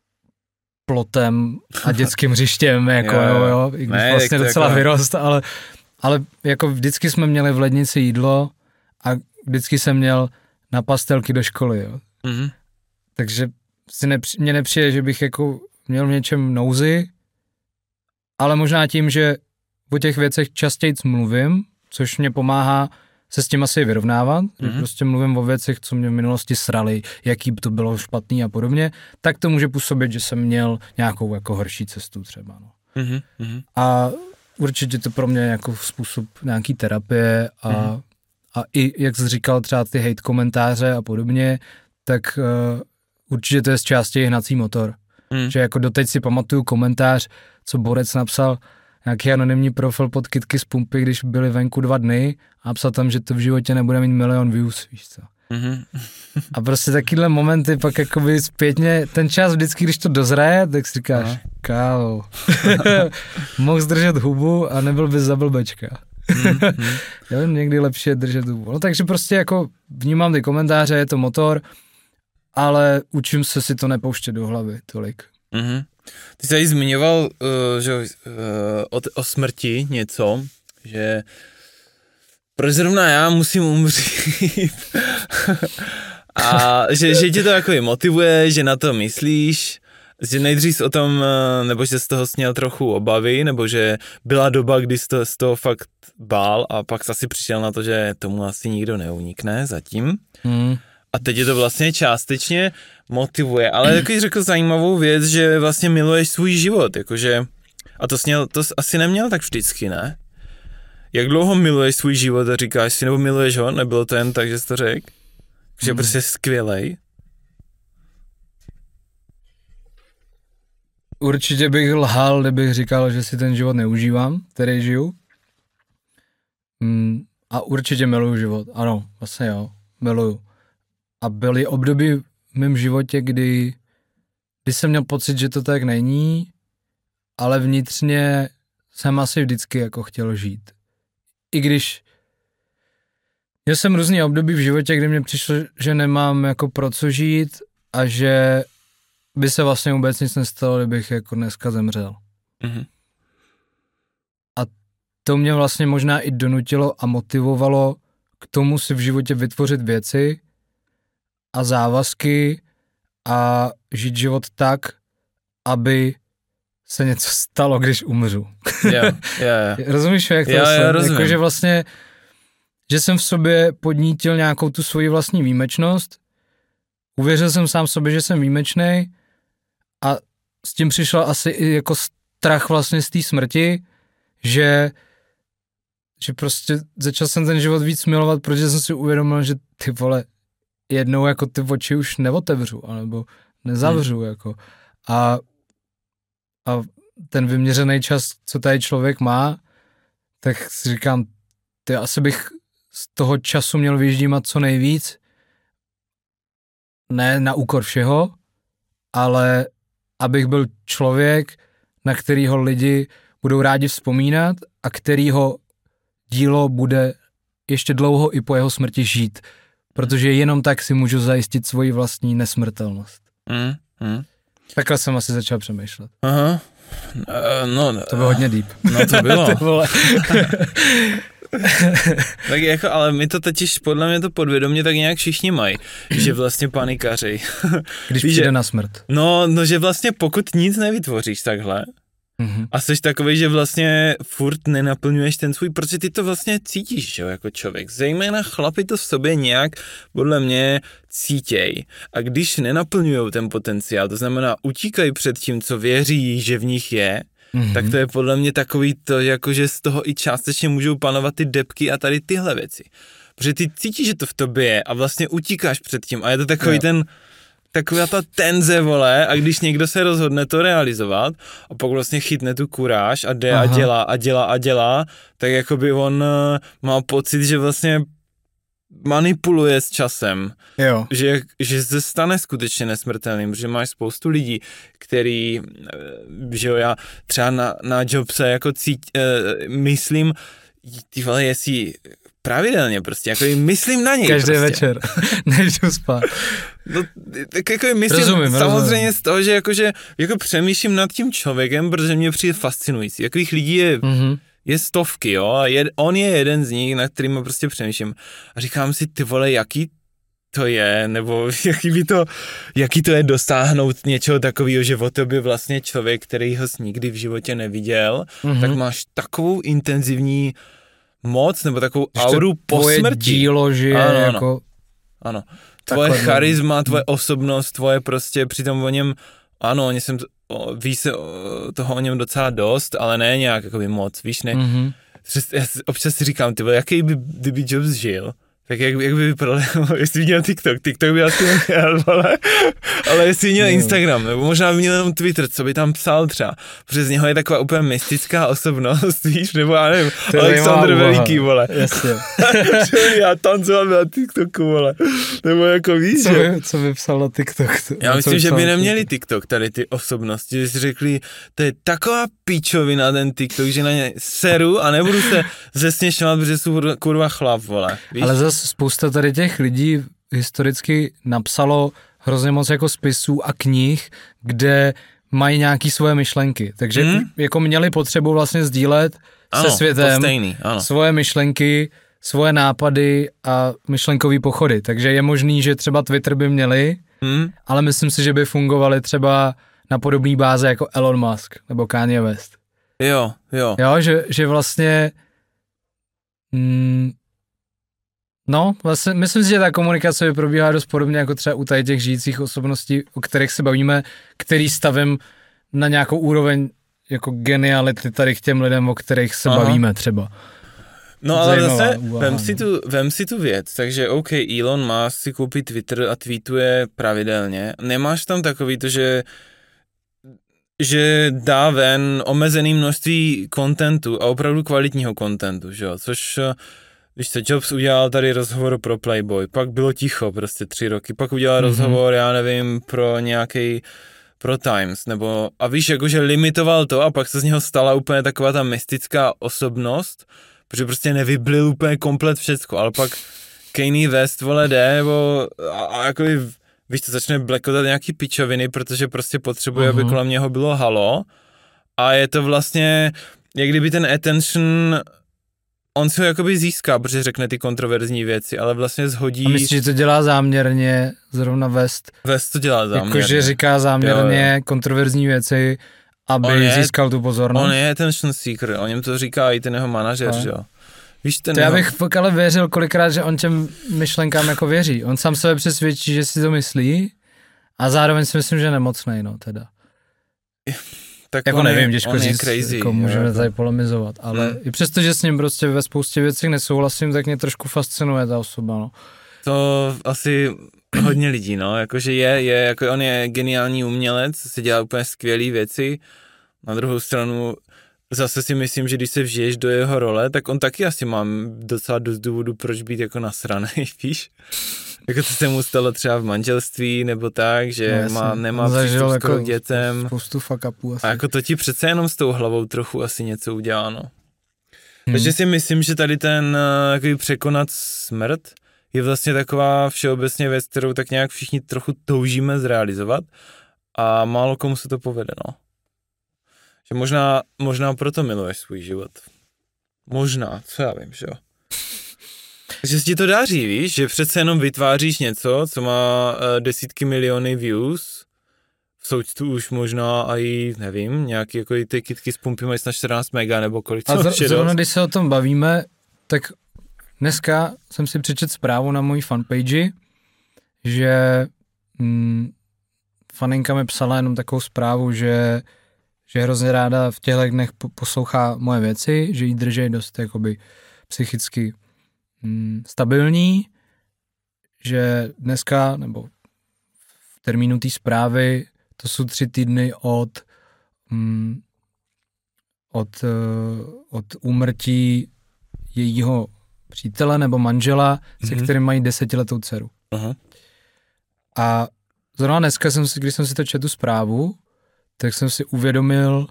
plotem a dětským hřištěm, jako jo, jo, i když ne, vlastně docela jako... vyrost, ale, ale jako vždycky jsme měli v lednici jídlo a vždycky jsem měl na pastelky do školy, jo. Mm-hmm. Takže si nepři, mně nepřijde, že bych jako měl v něčem nouzi, ale možná tím, že o těch věcech častěji mluvím, což mě pomáhá se s tím asi vyrovnávat, mm-hmm. že prostě mluvím o věcech, co mě v minulosti srali, jaký to bylo špatný a podobně, tak to může působit, že jsem měl nějakou jako horší cestu třeba. No. Mm-hmm. A určitě to pro mě jako způsob nějaký terapie a, mm-hmm. a i, jak jsi říkal, třeba ty hate komentáře a podobně, tak uh, určitě to je z části hnací motor. Mm. Že jako doteď si pamatuju komentář, co borec napsal, nějaký anonymní profil pod kytky z pumpy, když byli venku dva dny a napsal tam, že to v životě nebude mít milion views, víš co. Mm-hmm. A prostě takovýhle momenty pak jakoby zpětně, ten čas vždycky, když to dozraje, tak si říkáš, aha. kávo, mohl zdržet hubu a nebyl bys za blbečka. Mm-hmm. Já vím, někdy lepší je držet hubu. No takže prostě jako vnímám ty komentáře, je to motor, ale učím se si to nepouštět do hlavy tolik. Mm-hmm. Ty jsi zmiňoval uh, že, uh, o, o smrti něco, že proč zrovna já musím umřít a že, že tě to jako motivuje, že na to myslíš, že nejdřív o tom, nebo že z toho sněl trochu obavy, nebo že byla doba, kdy jsi to, z toho fakt bál a pak asi přišel na to, že tomu asi nikdo neunikne zatím. Mm. A teď je to vlastně částečně motivuje, ale takový řekl zajímavou věc, že vlastně miluješ svůj život, jakože, a to, sněl, to asi neměl tak vždycky, ne? Jak dlouho miluješ svůj život a říkáš si, nebo miluješ ho, nebylo to jen tak, že jsi to řekl? Že hmm. prostě skvělej? Určitě bych lhal, kdybych říkal, že si ten život neužívám, který žiju. Mm, a určitě miluju život, ano, vlastně jo, miluju. A byly období v mém životě, kdy, kdy jsem měl pocit, že to tak není, ale vnitřně jsem asi vždycky jako chtěl žít. I když měl jsem různý období v životě, kdy mě přišlo, že nemám jako pro co žít a že by se vlastně vůbec nic nestalo, kdybych jako dneska zemřel. Mm-hmm. A to mě vlastně možná i donutilo a motivovalo k tomu si v životě vytvořit věci a závazky a žít život tak, aby se něco stalo, když umřu. Yeah, yeah, yeah. Rozumíš, jak to yeah, yeah, yeah, jako, že vlastně, že jsem v sobě podnítil nějakou tu svoji vlastní výjimečnost, uvěřil jsem sám sobě, že jsem výjimečnej a s tím přišel asi i jako strach vlastně z té smrti, že, že prostě začal jsem ten život víc milovat, protože jsem si uvědomil, že ty vole, jednou jako ty oči už neotevřu, anebo nezavřu, hmm. jako. A, a ten vyměřený čas, co tady člověk má, tak si říkám, ty asi bych z toho času měl vyždímat co nejvíc, ne na úkor všeho, ale abych byl člověk, na kterýho lidi budou rádi vzpomínat a kterýho dílo bude ještě dlouho i po jeho smrti žít. Protože jenom tak si můžu zajistit svoji vlastní nesmrtelnost. Mm, mm. Takhle jsem asi začal přemýšlet. Aha. Uh, no, to bylo hodně deep. No to bylo. Tak jako, ale my to totiž, podle mě to podvědomě tak nějak všichni mají, že vlastně panikaři. Když přijde na smrt. No, no, že vlastně pokud nic nevytvoříš takhle, mm-hmm. a jsi takovej, že vlastně furt nenaplňuješ ten svůj, protože ty to vlastně cítíš, jo, jako člověk. Zejména chlapi to v sobě nějak, podle mě, cítěj. A když nenaplňujou ten potenciál, to znamená utíkají před tím, co věří, že v nich je, mm-hmm. tak to je podle mě takový to, jako že z toho i částečně můžou panovat ty debky a tady tyhle věci. Protože ty cítíš, že to v tobě je a vlastně utíkáš před tím a je to takový jo. ten taková ta tenze, vole, a když někdo se rozhodne to realizovat a pak vlastně chytne tu kuráž a jde Aha. a dělá a dělá a dělá, tak jakoby on uh, má pocit, že vlastně manipuluje s časem, jo. Že, že se stane skutečně nesmrtelným, že máš spoustu lidí, který, že jo, já třeba na, na Jobse jako cít, uh, myslím, ty vole, jestli pravidelně prostě, jako myslím na něj. Každý prostě. večer, než jdu spát. No, tak jako myslím, rozumím, samozřejmě rozumím. z toho, že jakože, jako přemýšlím nad tím člověkem, protože mě přijde fascinující. Jakých lidí je, mm-hmm. je stovky, jo, a je, on je jeden z nich, na kterým prostě přemýšlím. A říkám si, ty vole, jaký to je, nebo jaký, by to, jaký to je dosáhnout něčeho takového, že o tobě vlastně člověk, který ho nikdy v životě neviděl, mm-hmm. tak máš takovou intenzivní moc, nebo takovou že auru po smrti. Dílo, že ano, jako... Ano. ano. Tvoje takhle, charisma, tvoje osobnost, tvoje prostě, přitom o něm, ano, oni jsem, o, ví se o, toho o něm docela dost, ale ne nějak jakoby moc, víš, ne. Mm-hmm. Já občas si říkám, ty vole, jaký by, kdyby Jobs žil, tak jak, jak by vypadal, jestli měl TikTok, TikTok by asi neměl, ale, ale jestli měl Instagram, nebo možná by měl jenom Twitter, co by tam psal třeba, protože z něho je taková úplně mystická osobnost, víš, nebo já nevím, Alexandr Veliký, vole. Jasně. Já tancoval na TikToku, vole, nebo jako víš, co by, co by psal na TikTok? Já myslím, že by neměli TikTok, tady ty osobnosti, že si řekli, to je taková píčovina ten TikTok, že na ně seru a nebudu se zesměšovat, protože jsou kurva chlap, vole, víš? Ale zase spousta tady těch lidí historicky napsalo hrozně moc jako spisů a knih, kde mají nějaký svoje myšlenky. Takže hmm? jako měli potřebu vlastně sdílet ano, se světem stejný, ano. svoje myšlenky, svoje nápady a myšlenkový pochody. Takže je možný, že třeba Twitter by měli, hmm? ale myslím si, že by fungovali třeba na podobné báze jako Elon Musk nebo Kanye West. Jo, jo. Jo, že, že vlastně... Mm, No, vlastně myslím si, že ta komunikace by probíhala dost podobně jako třeba u tady těch žijících osobností, o kterých se bavíme, který stavím na nějakou úroveň jako geniality tady k těm lidem, o kterých se Aha. bavíme třeba. No ale zase, vem si, tu, vem si tu věc, takže OK, Elon Musk si koupí Twitter a tweetuje pravidelně. Nemáš tam takový to, že že dá ven omezený množství kontentu a opravdu kvalitního kontentu, že jo, což když se Jobs udělal tady rozhovor pro Playboy, pak bylo ticho prostě tři roky, pak udělal mm-hmm. rozhovor, já nevím, pro nějaký pro Times, nebo a víš, jakože limitoval to a pak se z něho stala úplně taková ta mystická osobnost, protože prostě nevyblil úplně komplet všecko, ale pak Kanye West, vole, jde, nebo a, a jako víš, to začne blackout nějaký pičoviny, protože prostě potřebuje, uh-huh. aby kolem něho bylo halo a je to vlastně, jak kdyby ten attention, on si ho jakoby získá, protože řekne ty kontroverzní věci, ale vlastně zhodí... A myslíš, že to dělá záměrně, zrovna West? West to dělá záměrně. Jakože říká záměrně jo, jo. kontroverzní věci, aby je, získal tu pozornost? On je attention seeker, o něm to říká i ten jeho manažer, že jo. Víš, ten to jeho... já bych fakt ale věřil kolikrát, že on těm myšlenkám jako věří. On sám sebe přesvědčí, že si to myslí a zároveň si myslím, že je nemocnej, no teda. Tak jako nevím, těžko říct, crazy, jako můžeme tady polemizovat, ale hmm. i přesto, že s ním prostě ve spoustě věcí nesouhlasím, tak mě trošku fascinuje ta osoba, no. To asi hodně lidí, no, jakože je, je, jako on je geniální umělec, se dělá úplně skvělý věci, na druhou stranu zase si myslím, že když se vžiješ do jeho role, tak on taky asi má docela dost důvodu, proč být jako nasranej, víš? Jako to se mu stalo třeba v manželství, nebo tak, že no, má, nemá přístup jako k dětem. Spoustu fuck upů asi. A jako to ti přece jenom s tou hlavou trochu asi něco udělá, no. Hmm. Takže si myslím, že tady ten jako překonat smrt je vlastně taková všeobecně věc, kterou tak nějak všichni trochu toužíme zrealizovat a málo komu se to povede, no. Že možná, možná proto miluješ svůj život. Možná, co já vím, že jo. Že se ti to daří, víš, že přece jenom vytváříš něco, co má uh, desítky miliony views, v součtu už možná i, nevím, nějaký jako ty kytky z pumpy mají na čtrnáct mega nebo kolik. A zr- zrovna když se o tom bavíme, tak dneska jsem si přečet zprávu na mojí fanpage, že mm, faninka mi psala jenom takovou zprávu, že že hrozně ráda v těchto dnech poslouchá moje věci, že jí drží dost jakoby psychicky mm, stabilní, že dneska, nebo v termínu té zprávy, to jsou tři týdny od, mm, od, uh, od úmrtí jejího přítele nebo manžela, mm-hmm. se kterým mají desetiletou dceru. Aha. A zrovna dneska, jsem si, když jsem si to četl tu zprávu, tak jsem si uvědomil,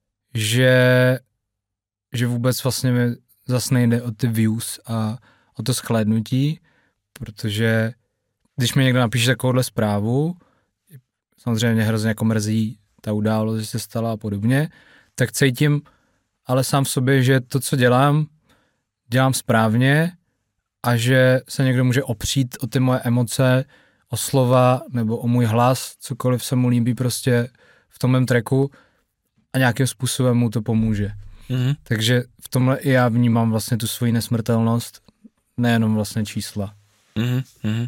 že, že vůbec vlastně mi zase nejde o ty views a o to shlédnutí, protože když mi někdo napíše takovouhle zprávu, samozřejmě mě hrozně jako mrzí ta událost, že se stala a podobně, tak cítím ale sám v sobě, že to, co dělám, dělám správně a že se někdo může opřít o ty moje emoce, o slova nebo o můj hlas, cokoliv se mu líbí prostě v tom mém tracku a nějakým způsobem mu to pomůže. Mm-hmm. Takže v tomhle i já vnímám vlastně tu svoji nesmrtelnost, nejenom vlastně čísla. Mm-hmm.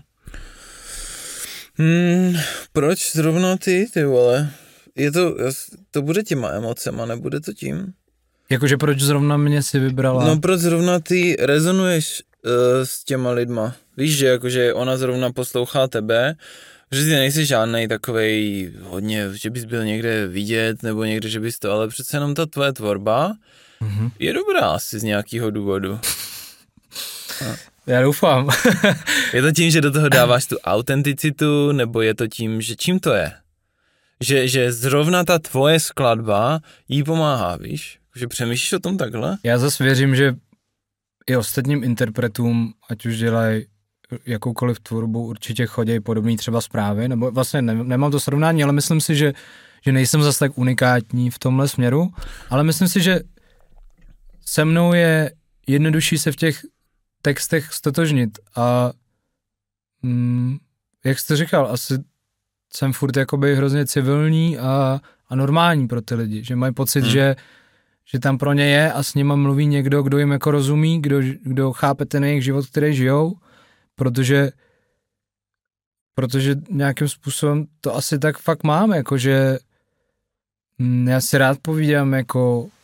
Mm, proč zrovna ty, ty vole? Je to, to bude těma emocema, nebude to tím? Jakože proč zrovna mě si vybrala? No proč zrovna ty rezonuješ uh, s těma lidma? Víš, že jakože ona zrovna poslouchá tebe, že ty nejsi žádnej takovej hodně, že bys byl někde vidět, nebo někde, že bys to, ale přece jenom ta tvoje tvorba mm-hmm. je dobrá asi z nějakého důvodu. No. Já doufám. Je to tím, že do toho dáváš tu autenticitu, nebo je to tím, že čím to je? Že, že zrovna ta tvoje skladba jí pomáhá, víš? Že přemýšlíš o tom takhle? Já zase věřím, že i ostatním interpretům, ať už dělají jakoukoliv tvorbu, určitě chodějí podobný třeba zprávy, nebo vlastně ne, nemám to srovnání, ale myslím si, že, že nejsem zase tak unikátní v tomhle směru, ale myslím si, že se mnou je jednodušší se v těch textech stotožnit a mm, jak jsi to říkal, asi jsem furt jakoby hrozně civilní a, a normální pro ty lidi, že mají pocit, hmm. že, že tam pro ně je a s nima mluví někdo, kdo jim jako rozumí, kdo, kdo chápe ten jejich život, který žijou, protože protože nějakým způsobem to asi tak fakt mám, jakože mm, já si rád povídám jako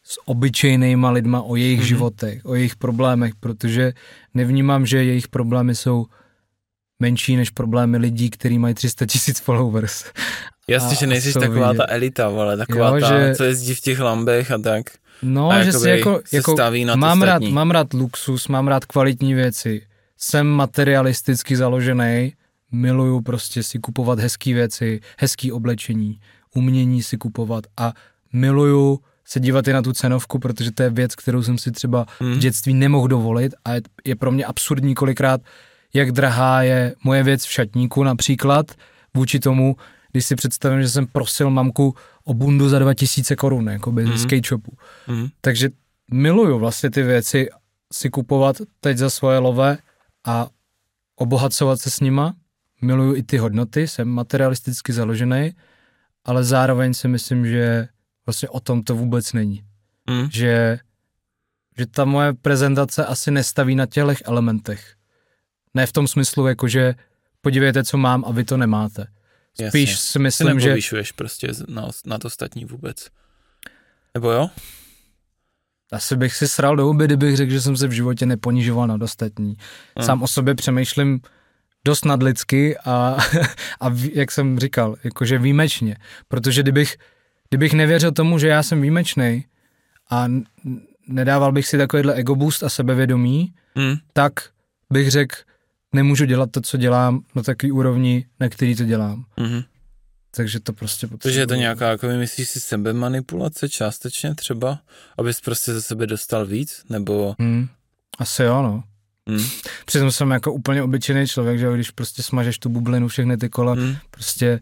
s obyčejnýma lidma o jejich mm-hmm. životech, o jejich problémech, protože nevnímám, že jejich problémy jsou menší než problémy lidí, kteří mají tři sta tisíc followers. Jasně, že nejsi taková vidět. Ta elita, ale taková jo, ta, že... co jezdí v těch lambech a tak. No, a že si jako, se jako staví na mám, rád, mám rád luxus, mám rád kvalitní věci, jsem materialisticky založený, miluju prostě si kupovat hezký věci, hezký oblečení, umění si kupovat a miluju se dívat i na tu cenovku, protože to je věc, kterou jsem si třeba hmm. v dětství nemohl dovolit a je, je pro mě absurdní kolikrát, jak drahá je moje věc v šatníku například, vůči tomu, když si představím, že jsem prosil mamku o bundu za dva tisíce korun, jakoby mm-hmm. z skate shopu. Mm-hmm. Takže miluju vlastně ty věci si kupovat teď za svoje love a obohacovat se s nima. Miluju i ty hodnoty, jsem materialisticky založený, ale zároveň si myslím, že vlastně o tom to vůbec není. Mm. Že, že ta moje prezentace asi nestaví na těchto elementech. Ne v tom smyslu, jakože podívejte, co mám a vy to nemáte. Spíš Jasně. si myslím, Ty že... nepovýšuješ prostě na, na to ostatní vůbec. Nebo jo? Asi bych si sral do huby, kdybych řekl, že jsem se v životě neponižoval nad ostatní. Hmm. Sám o sobě přemýšlím dost nadlidsky a, a jak jsem říkal, jakože výjimečně. Protože kdybych, kdybych nevěřil tomu, že já jsem výjimečnej a nedával bych si takovýhle ego boost a sebevědomí, hmm. tak bych řekl, nemůžu dělat to, co dělám na takový úrovni, na který to dělám. Mm-hmm. Takže to prostě potřebuji. Takže je to nějaká, jako myslíš si, sebemanipulace částečně třeba, abys prostě ze sebe dostal víc, nebo... Mm, asi jo, no. Mm. Přitom jsem jako úplně obyčejný člověk, že když prostě smažeš tu bublinu, všechny ty kola, mm. prostě...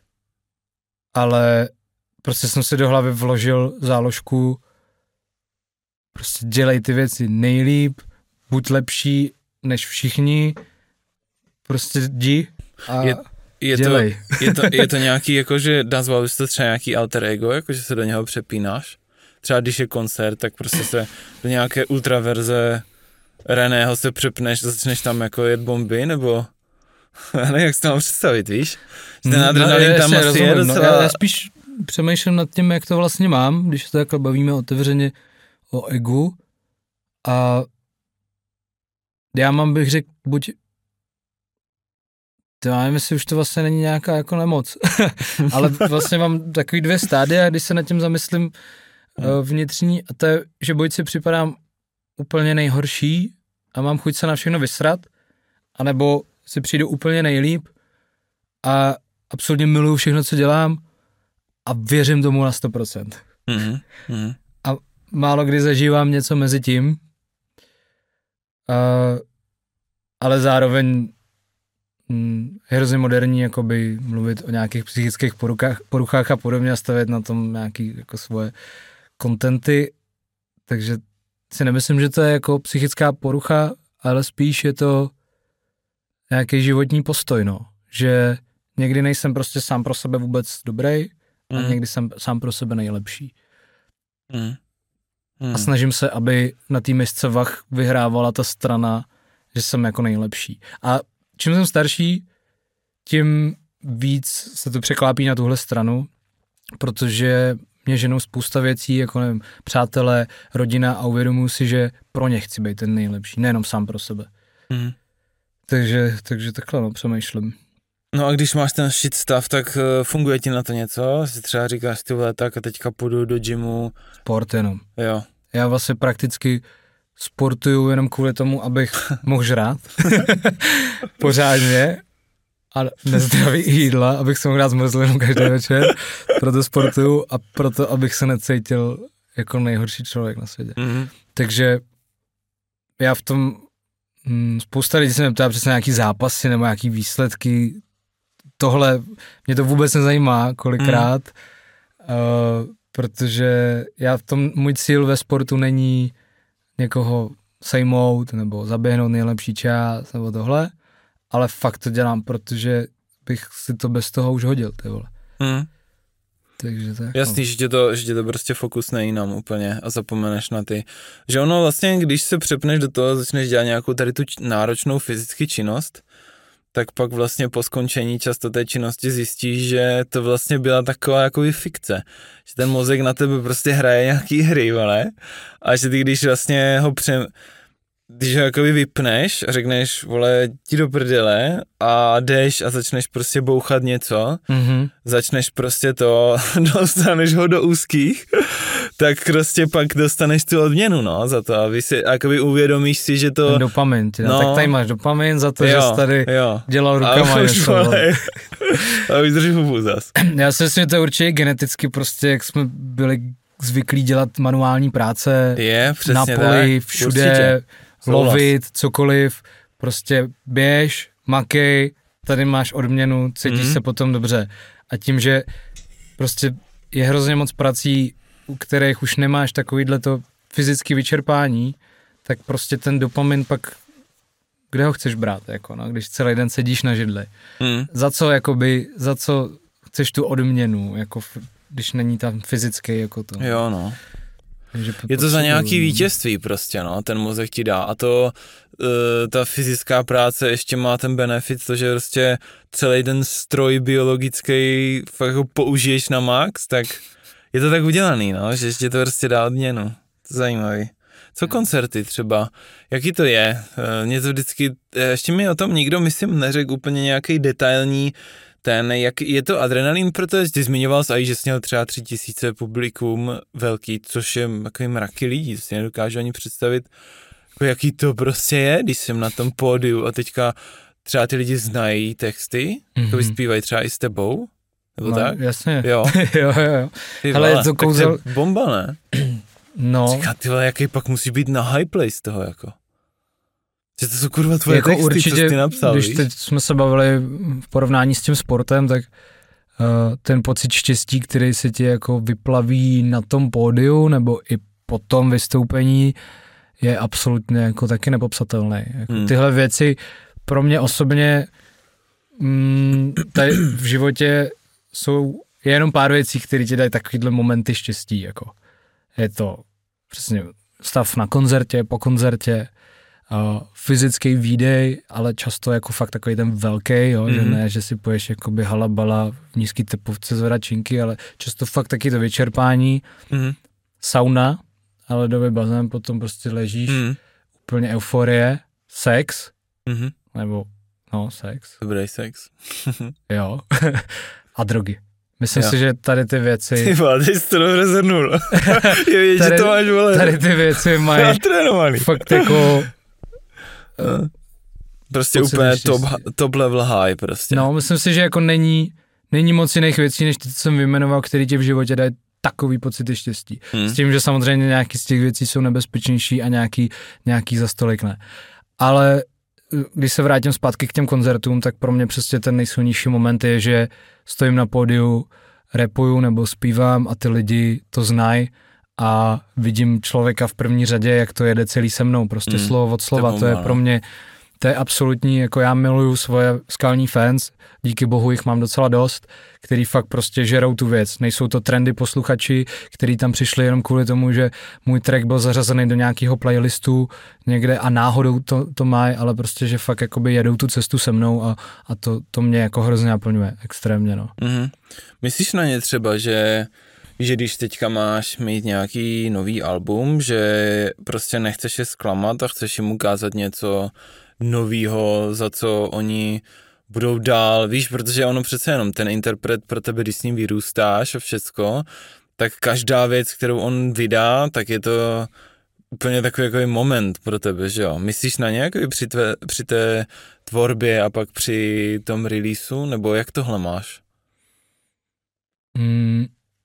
Ale prostě jsem si do hlavy vložil záložku, prostě dělej ty věci nejlíp, buď lepší než všichni, prostě jdi a je, je dělej. To, je, to, je to nějaký, jakože nazval bys to třeba nějaký alter ego, jakože se do něho přepínáš? Třeba když je koncert, tak prostě se do nějaké ultraverze Reného se přepneš, začneš tam jako jet bomby, nebo... Ale jak si to mám představit, víš? Ten no, adrenalin tam asi rozumím, je docela... No, já, já spíš přemýšlím nad tím, jak to vlastně mám, když se takhle bavíme otevřeně o egu a já mám, bych řekl, buď to já nevím, jestli už to vlastně není nějaká jako nemoc, ale vlastně mám takový dvě stádia, když se nad tím zamyslím hmm. vnitřní, a to je, že buď si připadám úplně nejhorší a mám chuť se na všechno vysrat, anebo si přijdu úplně nejlíp a absolutně miluju všechno, co dělám a věřím tomu na sto procent. Hmm. Hmm. A málo kdy zažívám něco mezi tím, Uh, ale zároveň hm, je hrozně moderní jakoby mluvit o nějakých psychických poruchách, poruchách a podobně a stavět na tom nějaký jako svoje kontenty, takže si nemyslím, že to je jako psychická porucha, ale spíš je to nějaký životní postoj, no, že někdy nejsem prostě sám pro sebe vůbec dobrý mm. a někdy jsem sám pro sebe nejlepší. Mm. Hmm. A snažím se, aby na té misce vah vyhrávala ta strana, že jsem jako nejlepší. A čím jsem starší, tím víc se to překlápí na tuhle stranu, protože mě ženou spousta věcí, jako nevím, přátelé, rodina a uvědomuji si, že pro ně chci být ten nejlepší, nejenom sám pro sebe. Hmm. Takže, takže takhle no, přemýšlím. No a když máš ten shit stav, tak uh, funguje ti na to něco? Si třeba říkáš, ty vole, tak a teďka půjdu do gymu. Sport jenom. Jo. Já vlastně prakticky sportuju jenom kvůli tomu, abych mohl žrát. Pořádně. A nezdravý jídla, abych se mohl dát zmrzlinu každý večer. Proto sportuju a proto, abych se necítil jako nejhorší člověk na světě. Mm-hmm. Takže já v tom, hm, spousta lidí se mě ptá přesně nějaký zápasy nebo nějaký výsledky. Tohle, mě to vůbec nezajímá kolikrát, mm. uh, protože já v tom, můj cíl ve sportu není někoho sejmout nebo zaběhnout nejlepší čas nebo tohle, ale fakt to dělám, protože bych si to bez toho už hodil, ty vole. Mm. Takže tak. Jasný, že tě to, že tě to prostě fokusne jinam úplně a zapomeneš na ty. Že ono vlastně, když se přepneš do toho, začneš dělat nějakou tady tu náročnou fyzickou činnost, tak pak vlastně po skončení často té činnosti zjistíš, že to vlastně byla taková jakoby fikce. Že ten mozek na tebe prostě hraje nějaký hry, vole, a že ty když vlastně ho pře... když ho jakoby vypneš a řekneš, vole, ti do prdele a jdeš a začneš prostě bouchat něco, mm-hmm. začneš prostě to, dostaneš ho do úzkých, tak prostě pak dostaneš tu odměnu, no, za to a vy si, jakoby uvědomíš si, že to... Ten dopamin, no, no, tak tady máš dopamin za to, jo, že jsi tady jo. dělal rukama a něco. A vydrží hubu zas. Já si myslím, že to je určitě geneticky prostě, jak jsme byli zvyklí dělat manuální práce je, na poli, tak, všude, určitě. lovit, cokoliv, prostě běž, makej, tady máš odměnu, cítíš mm-hmm. se potom dobře. A tím, že prostě je hrozně moc prací, u kterých už nemáš takovýhle to fyzické vyčerpání, tak prostě ten dopamin pak, kde ho chceš brát, jako no, když celý den sedíš na židli. Mm. Za co, jakoby, za co chceš tu odměnu, jako když není tam fyzický, jako to. Jo, no. Je to za nějaký vítězství prostě, no, ten mozek ti dá a to, uh, ta fyzická práce ještě má ten benefit, to, že prostě celý ten stroj biologický fakt ho použiješ na max, tak je to tak udělaný, no, že ještě to prostě dá odměnu, to je zajímavý. Co koncerty třeba, jaký to je, uh, mě to vždycky, ještě mi o tom nikdo, myslím, neřekl úplně nějaký detailní ten, jak je to adrenalin, protože ty zmiňoval jsi, že jsi měl třeba tři tisíce publikum velký, což je takový mraky lidí, to si nedokážu ani představit, jako jaký to prostě je, když jsem na tom pódiu a teďka třeba ty lidi znají texty, mm-hmm. jako vyspívají třeba i s tebou, nebo no, tak? Jasně. Jo, jo, jo, jo. Ty ale vole, to kouzel... tak to je bomba, ne? No. Říká, ty vole, jaký pak musí být na high place z toho, jako. Že to jsou kurva tvoje jako texty, určitě, co jsi ty napsal, když víš? teď jsme se bavili v porovnání s tím sportem, tak uh, ten pocit štěstí, který se ti jako vyplaví na tom pódiu nebo i po tom vystoupení, je absolutně jako taky nepopsatelný. Jako hmm. Tyhle věci pro mě osobně mm, tady v životě jsou je jenom pár věcí, které ti dají takovýhle momenty štěstí. Jako. Je to přesně stav na koncertě, po koncertě, Uh, fyzický výdej, ale často jako fakt takový ten velký, jo, mm-hmm. že ne, že si poješ jakoby halabala v nízký tepovce zvedačinky, ale často fakt taky to vyčerpání, mm-hmm. sauna, ale ledový bazén, potom prostě ležíš, mm-hmm. úplně euforie, sex, mm-hmm. nebo no, sex. Dobrý sex. Jo. A drogy. Myslím jo. si, že tady ty věci... Ty vole, ty jsi to dobře zhrnul. Je vidět, že to máš, vole. Tady ty věci mají fakt jako... Uh, prostě úplně top, top level high prostě. No, myslím si, že jako není, není moc jiných věcí, než ty, co jsem vyjmenoval, který ti v životě dají takový pocity štěstí. Hmm. S tím, že samozřejmě nějaký z těch věcí jsou nebezpečnější a nějaký, nějaký za stolik ne. Ale když se vrátím zpátky k těm koncertům, tak pro mě přesně ten nejsilnější moment je, že stojím na pódiu, rapuju nebo zpívám a ty lidi to znají a vidím člověka v první řadě, jak to jede celý se mnou, prostě mm, slovo od slova, to, to je pro mě, to je absolutní, jako já miluju svoje skalní fans, díky bohu jich mám docela dost, který fakt prostě žerou tu věc, nejsou to trendy posluchači, který tam přišli jenom kvůli tomu, že můj track byl zařazený do nějakého playlistu někde a náhodou to, to mají, ale prostě, že fakt jakoby jedou tu cestu se mnou a, a to, to mě jako hrozně naplňuje, extrémně, no. Mm-hmm. Myslíš na ně třeba, že že když teďka máš mít nějaký nový album, že prostě nechceš je zklamat a chceš jim ukázat něco novýho, za co oni budou dál, víš, protože ono přece jenom ten interpret pro tebe, když s ním vyrůstáš a všecko, tak každá věc, kterou on vydá, tak je to úplně takový jako moment pro tebe, že jo? Myslíš na ně jako při, tvé, při té tvorbě a pak při tom releaseu, nebo jak tohle máš? Mm.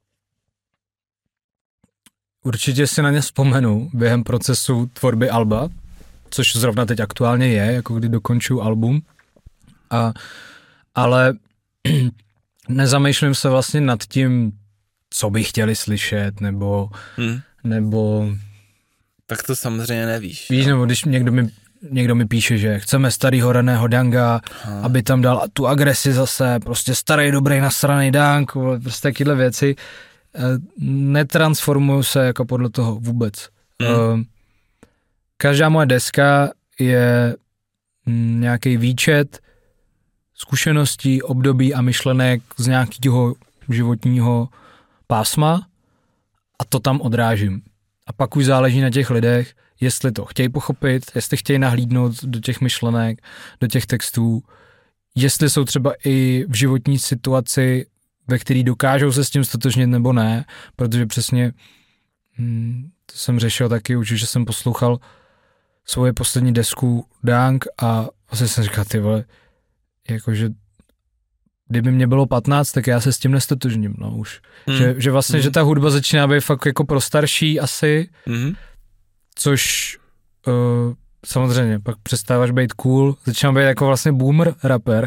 Určitě si na ně vzpomenu během procesu tvorby alba, což zrovna teď aktuálně je, jako kdy dokončuju album. A, ale nezamýšlím se vlastně nad tím, co by chtěli slyšet, nebo, hmm. nebo... Tak to samozřejmě nevíš. Víš, nebo když někdo mi, někdo mi píše, že chceme starýho raného danga, ha. aby tam dal tu agresi zase, prostě starý, dobrý, nasranej dang, prostě takyhle věci. Netransformuju se jako podle toho vůbec. Mm. Každá moje deska je nějaký výčet zkušeností, období a myšlenek z nějakého životního pásma a to tam odrážím. A pak už záleží na těch lidech, jestli to chtějí pochopit, jestli chtějí nahlídnout do těch myšlenek, do těch textů, jestli jsou třeba i v životní situaci, ve který dokážou se s tím stotožnit nebo ne, protože přesně hm, to jsem řešil taky už, že jsem poslouchal svoje poslední desku Dank a vlastně jsem říkal, ty vole, jakože kdyby mě bylo patnáct, tak já se s tím nestotožním, no už. Mm. Že, že vlastně, mm. že ta hudba začíná být fakt jako pro starší asi, mm. což uh, samozřejmě pak přestáváš být cool, začíná být jako vlastně boomer rapper.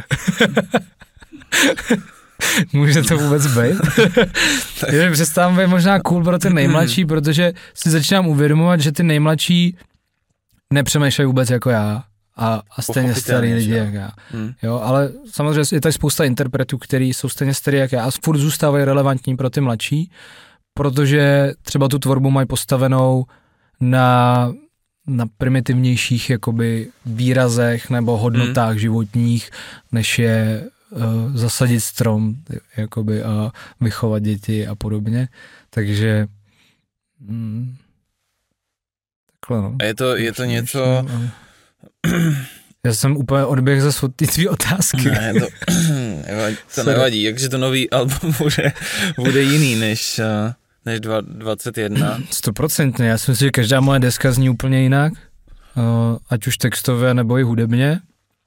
Může to vůbec být? Takže přestávám být možná cool pro ty nejmladší, protože si začínám uvědomovat, že ty nejmladší nepřemýšlejí vůbec jako já. A, a stejně starý lidi jak já. Hmm. Jo, ale samozřejmě je tady spousta interpretů, který jsou stejně starý jak já a furt zůstávají relevantní pro ty mladší, protože třeba tu tvorbu mají postavenou na, na primitivnějších jakoby výrazech nebo hodnotách hmm. životních, než je uh, zasadit strom jakoby, a vychovat děti a podobně. Takže mm, takhle no. A je to, je to něco... Já jsem úplně odběh za ty tvý otázky. Ne, to, to nevadí, jakže to nový album bude, bude jiný než, než dvacet jedna. Stoprocentně, já si myslím, že každá moje deska zní úplně jinak, ať už textově nebo i hudebně.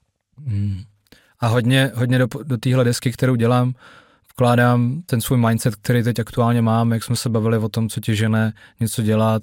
A hodně, hodně do, do téhle desky, kterou dělám, vkládám ten svůj mindset, který teď aktuálně mám, jak jsme se bavili o tom, co tě žene něco dělat,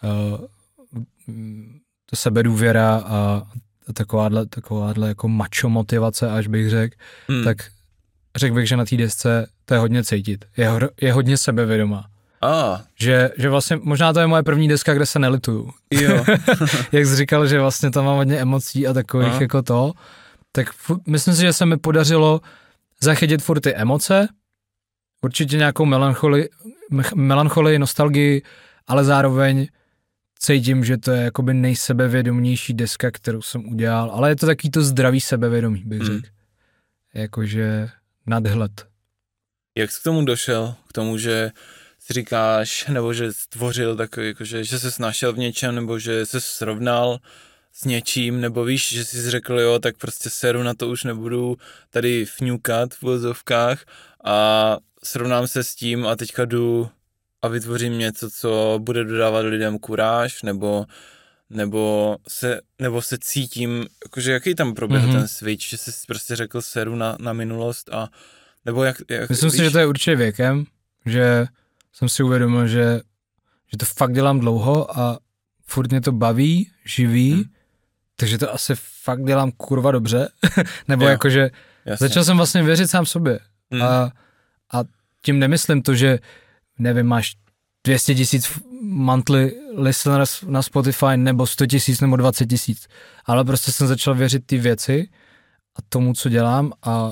to sebedůvěra a takováhle, takováhle jako macho motivace, až bych řekl, hmm. tak řekl bych, že na té desce to je hodně cítit. Je, je hodně sebevědomá. Ah. Že, že vlastně, možná to je moje první deska, kde se nelituju. Jo. Jak jsi říkal, že vlastně tam mám hodně emocí a takových ah. jako to, tak f- myslím si, že se mi podařilo zachytit furt ty emoce, určitě nějakou melancholii, melancholii, nostalgii, ale zároveň cítím, že to je jakoby nejsebevědomější deska, kterou jsem udělal, ale je to takový to zdravý sebevědomí, bych řekl. Mm. Jakože nadhled. Jak jsi k tomu došel? K tomu, že si říkáš, nebo že stvořil takový, jakože, že se našel v něčem, nebo že se srovnal s něčím, nebo víš, že jsi řekl, jo, tak prostě seru na to už nebudu tady fňukat v vozovkách a srovnám se s tím a teďka jdu a vytvořím něco, co bude dodávat lidem kuráž, nebo, nebo, se, nebo se cítím, jakože jaký tam proběhl mm-hmm. ten switch, že jsi prostě řekl seru na, na minulost a nebo jak, jak Myslím víš? si, že to je určitě věkem, že jsem si uvědomil, že, že to fakt dělám dlouho a furt mě to baví, živí, hmm. takže to asi fakt dělám kurva dobře, nebo jo, jakože jasně. Začal jsem vlastně věřit sám sobě hmm. a, a tím nemyslím to, že nevím, máš dvě stě tisíc monthly listeners na Spotify nebo sto tisíc nebo dvacet tisíc, ale prostě jsem začal věřit ty věci a tomu, co dělám a,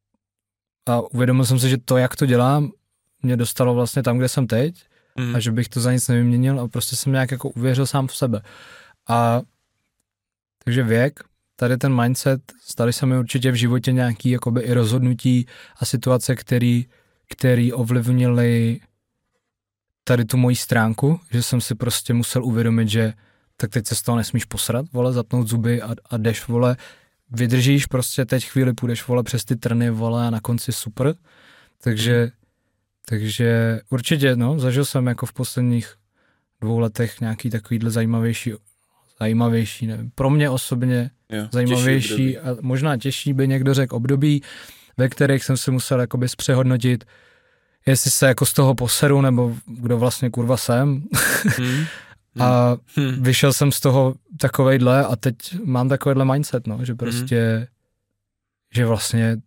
a uvědomil jsem si, že to, jak to dělám, mě dostalo vlastně tam, kde jsem teď mm. a že bych to za nic nevyměnil a prostě jsem nějak jako uvěřil sám v sebe. A takže věk, tady ten mindset, staly se mi určitě v životě nějaký jakoby i rozhodnutí a situace, který, který ovlivnily tady tu moji stránku, že jsem si prostě musel uvědomit, že tak teď se z toho nesmíš posrat, vole, zapnout zuby a, a jdeš, vole, vydržíš prostě teď chvíli, půjdeš, vole, přes ty trny, vole, a na konci super. Takže, takže určitě, no, zažil jsem jako v posledních dvou letech nějaký takovýhle zajímavější, zajímavější, nevím, pro mě osobně jo, zajímavější a možná těžší by někdo řekl období, ve kterých jsem si musel jakoby zpřehodnotit, jestli se jako z toho poseru, nebo kdo vlastně kurva jsem. Hmm. A hmm. vyšel jsem z toho takovejhle a teď mám takovýhle mindset, no, že prostě, hmm. že vlastně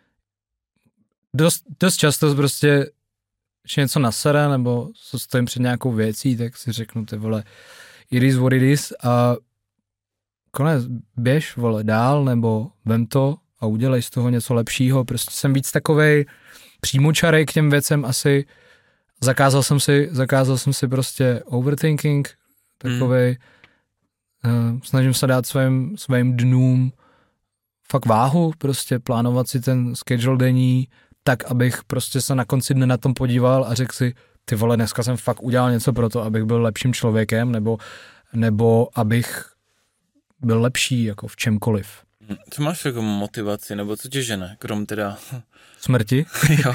dost, dost často prostě, když něco nasere, nebo stojím před nějakou věcí, tak si řeknu, ty vole, it is what it is a konec, běž, vole, dál, nebo vem to a udělej z toho něco lepšího, prostě jsem víc takovej přímočarej k těm věcem asi, zakázal jsem si, zakázal jsem si prostě overthinking, takovej, mm. uh, snažím se dát svým, svým dnům fakt váhu, prostě plánovat si ten schedule denní, tak, abych prostě se na konci dne na tom podíval a řekl si, ty vole, dneska jsem fakt udělal něco pro to, abych byl lepším člověkem, nebo, nebo abych byl lepší jako v čemkoliv. Co máš jako motivaci, nebo co tě žene, krom teda... Smrti? Jo.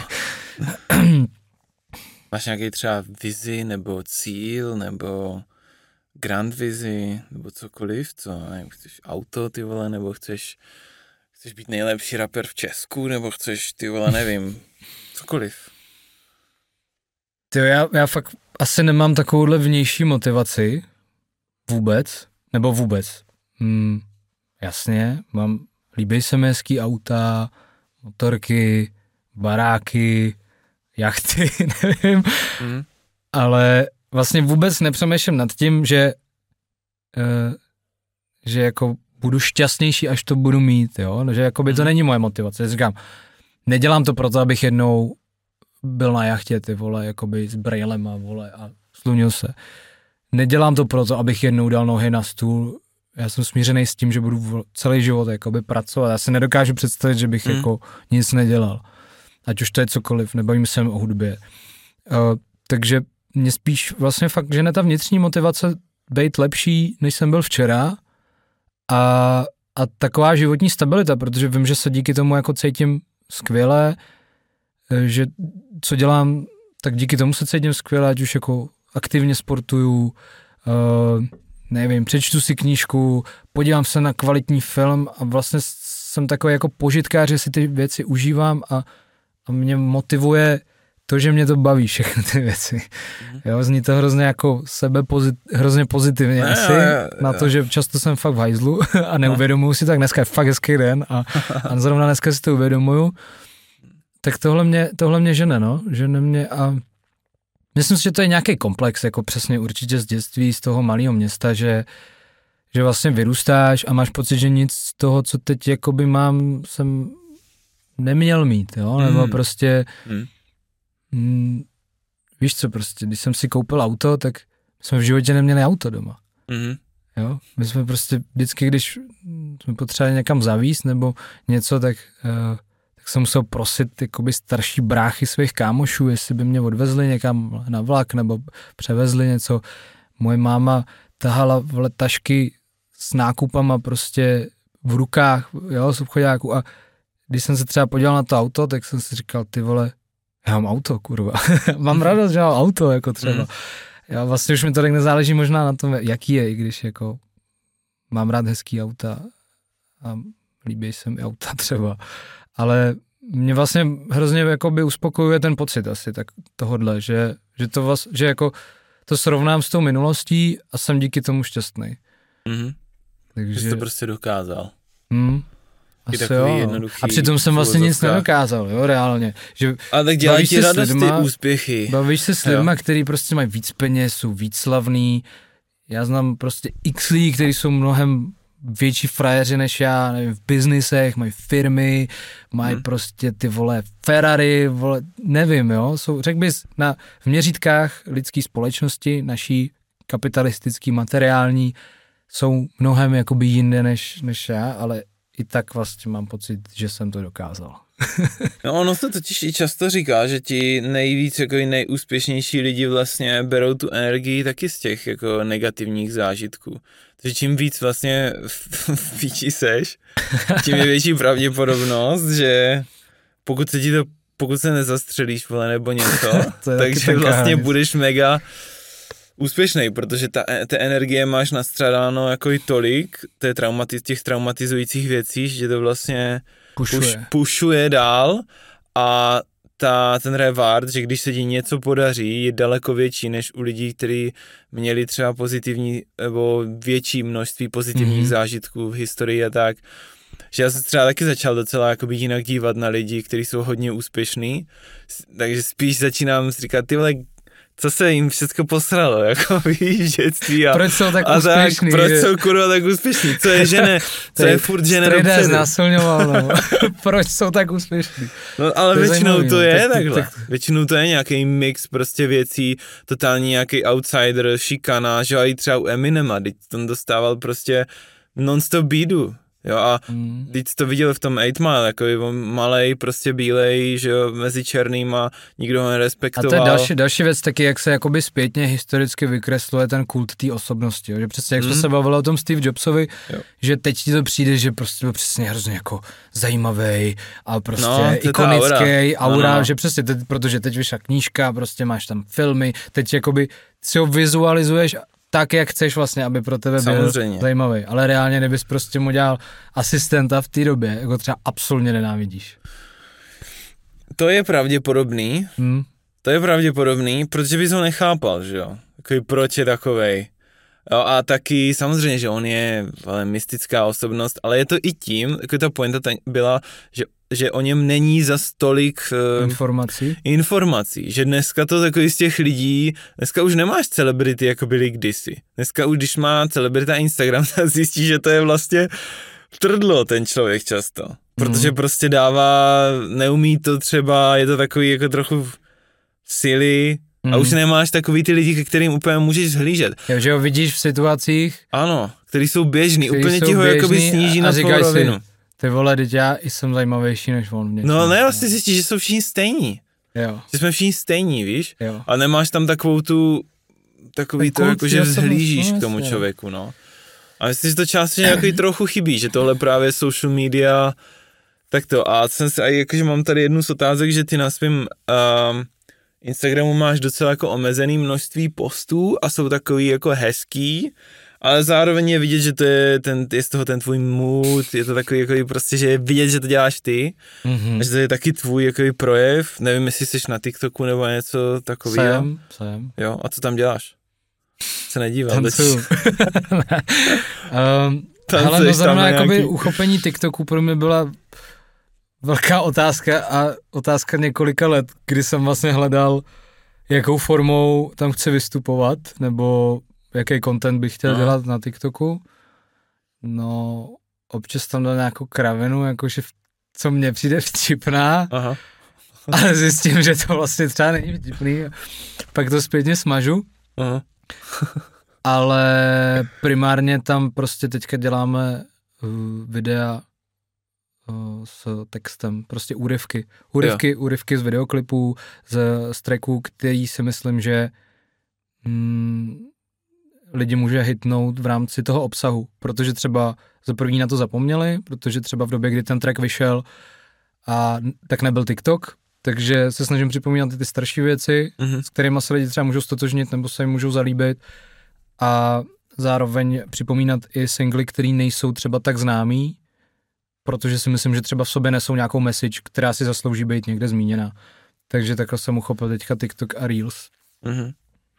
Máš nějaký třeba vizi, nebo cíl, nebo grand vizi, nebo cokoliv, co, nevím, chceš auto, ty vole, nebo chceš, chceš být nejlepší rapper v Česku, nebo chceš, ty vole, nevím, cokoliv. Ty, já, já fakt asi nemám takovouhle vnější motivaci vůbec, nebo vůbec. Hmm, jasně, mám, líbí se mi hezký auta, motorky, baráky, jachty, nevím, mm. ale vlastně vůbec nepřemýšlím nad tím, že, uh, že jako budu šťastnější, až to budu mít, jo, že jako by to není moje motivace, říkám, nedělám to proto, abych jednou byl na jachtě, ty vole, jakoby s brejlema, vole, a slunil se. Nedělám to proto, abych jednou dal nohy na stůl. Já jsem smířený s tím, že budu celý život jakoby pracovat. Já si nedokážu představit, že bych mm. jako nic nedělal. Ať už to je cokoliv, nebavím se o hudbě. Uh, takže mě spíš vlastně fakt žene ta vnitřní motivace být lepší, než jsem byl včera a, a taková životní stabilita, protože vím, že se díky tomu jako cítím skvěle, že co dělám, tak díky tomu se cítím skvěle, ať už jako aktivně sportuju, uh, nevím, přečtu si knížku, podívám se na kvalitní film a vlastně jsem takový jako požitkář, že si ty věci užívám a, a mě motivuje to, že mě to baví, všechny ty věci. Mm. Jo, zní to hrozně jako sebe pozit, hrozně pozitivně ne, asi, ne, na to, že často jsem fakt v hajzlu a neuvědomuju si tak, dneska je fakt hezký den a, a zrovna dneska si to uvědomuju. Tak tohle mě, tohle mě žene, no, žene mě a myslím si, že to je nějaký komplex, jako přesně určitě z dětství, z toho malého města, že, že vlastně vyrůstáš a máš pocit, že nic z toho, co teď jakoby mám, jsem neměl mít, jo, nebo mm. prostě, mm. Mm, víš co, prostě, když jsem si koupil auto, tak jsme v životě neměli auto doma, mm. jo, my jsme prostě vždycky, když jsme potřebovali někam zavíst nebo něco, tak... Uh, tak jsem musel prosit jakoby starší bráchy svých kámošů, jestli by mě odvezli někam na vlak nebo převezli něco. Moje máma tahala vle tašky s nákupama prostě v rukách, jo, z obchodáku a když jsem se třeba podíval na to auto, tak jsem si říkal, ty vole, já mám auto, kurva. Mám radost, že mám auto, jako třeba. Mm. Já vlastně už mi to tak nezáleží možná na tom, jaký je, i když jako mám rád hezký auta a líbí se mi auta třeba. Ale mě vlastně hrozně jakoby uspokojuje ten pocit asi tak tohodle, že, že to vlastně, že jako to srovnám s tou minulostí a jsem díky tomu šťastný. Mhm. Takže jsi to prostě dokázal. Hmm. Asi jo. A přitom jsem vlastně nic nedokázal, jo, reálně. Že a tak dělají ti radost ty úspěchy. Bavíš se s lidma, kteří prostě mají víc peněz, jsou víc slavný. Já znám prostě x lidí, kteří jsou mnohem větší frajeři než já, nevím, v biznisech, mají firmy, mají hmm. prostě ty vole Ferrari, vole, nevím, jo, jsou, řekl bys, na, v měřítkách lidské společnosti, naší kapitalistický, materiální, jsou mnohem jakoby jinde než, než já, ale i tak vlastně mám pocit, že jsem to dokázal. No ono se totiž i často říká, že ti nejvíc jako nejúspěšnější lidi vlastně berou tu energii taky z těch jako negativních zážitků. Takže čím víc vlastně v píči seš, tím je větší pravděpodobnost, že pokud se ti to, pokud se nezastřelíš, vole, nebo něco, takže vlastně budeš mega úspěšný, protože ta, ta energie máš nastřadáno jako i tolik, té traumati- těch traumatizujících věcí, že to vlastně pušuje, puš, pušuje dál a ta, ten reward, že když se ti něco podaří, je daleko větší než u lidí, kteří měli třeba pozitivní nebo větší množství pozitivních mm-hmm. zážitků v historii a tak. Že já jsem třeba taky začal docela jakoby jinak dívat na lidi, kteří jsou hodně úspěšní, takže spíš začínám si říkat, ty vole, co se jim všechno posralo, jako víš, dětství a, proč jsou tak a úspěšný, tak, proč že? jsou kurva tak úspěšní, co je žene, co je furt žene dopředu. Znásilňoval, no. Proč jsou tak úspěšní? No ale to většinou zajímavý, to je tak, takhle, tak, většinou to je nějaký mix prostě věcí, totální nějaký outsider, šikana, že i třeba u Eminema, teď on dostával prostě non-stop bídu. Jo, a mm. teď to viděl v tom Eight Mile, jako malej, prostě bílej, že jo, mezi černýma, nikdo ho nerespektoval. A to je další, další věc taky, jak se jakoby zpětně historicky vykresluje ten kult té osobnosti, jo? Že přesně jak mm. jsme se bavili o tom Steve Jobsovi, jo. Že teď ti to přijde, že prostě byl přesně hrozně jako zajímavý a prostě no, ikonický aura, aura no, no. Že přesně, teď, protože teď vyšla knížka, prostě máš tam filmy, teď jakoby si ho vizualizuješ tak, jak chceš vlastně, aby pro tebe Samozřejmě. Byl zajímavý, ale reálně nebys prostě mu dělal asistenta v té době, jako třeba absolutně nenávidíš. To je pravděpodobný, hmm. to je pravděpodobný, protože bys ho nechápal, že jo, takový proč je takovej. Jo, a taky samozřejmě, že on je ale mystická osobnost, ale je to i tím, jako ta pointa byla, že že o něm není za stolik uh, informací. informací, že dneska to takový z těch lidí, dneska už nemáš celebrity, jako byly kdysi. Dneska už, když má celebrita Instagram, tak zjistí, že to je vlastně trdlo ten člověk často. Protože mm. prostě dává, neumí to třeba, je to takový jako trochu síly mm. a už nemáš takový ty lidi, ke kterým úplně můžeš zhlížet. Jo, že ho vidíš v situacích. Ano, který jsou běžný, který úplně jsou ti ho jakoby sníží na svou rovinu. Ty vole, teď já jsem zajímavější než on. Mě no ne, vlastně zjistíš, že jsou všichni stejní. Jo. Že jsme všichni stejní, víš? Jo. A nemáš tam takovou tu, takový to, jako, že vzhlížíš k tomu člověku, no. A myslím, že to částečně nějaký trochu chybí, že tohle právě social media, tak to. A jsem si, jakože mám tady jednu z otázek, že ty na svém um, Instagramu máš docela jako omezený množství postů a jsou takový jako hezký, ale zároveň je vidět, že to je, ten, je z toho ten tvůj mood, je to takový jako prostě, že je vidět, že to děláš ty, mm-hmm. a že to je taky tvůj jako projev, nevím, jestli jsi na TikToku nebo něco takového. Jsem, jsem. Jo, a co tam děláš? Se nedívám. Tancuju. ne. um, ale no zrovna jakoby nějaký... uchopení TikToku pro mě byla velká otázka a otázka několika let, kdy jsem vlastně hledal, jakou formou tam chci vystupovat, nebo jaký content bych chtěl no. dělat na TikToku. No, občas tam dal nějakou kravinu, jakože co mně přijde vtipná, aha. ale zjistím, že to vlastně třeba není vtipný. Pak to zpětně smažu. Aha. Ale primárně tam prostě teďka děláme uh, videa uh, s textem, prostě úryvky. Úryvky, jo. úryvky z videoklipů, z, z tracků, který si myslím, že mm, lidi může hitnout v rámci toho obsahu, protože třeba za první na to zapomněli, protože třeba v době, kdy ten track vyšel, a tak nebyl TikTok, takže se snažím připomínat ty, ty starší věci, mm-hmm. s kterými se lidi třeba můžou stotožnit nebo se jim můžou zalíbit a zároveň připomínat i singly, který nejsou třeba tak známý, protože si myslím, že třeba v sobě nesou nějakou message, která si zaslouží být někde zmíněna. Takže takhle jsem uchopil teďka TikTok a Reels. Mm-hmm.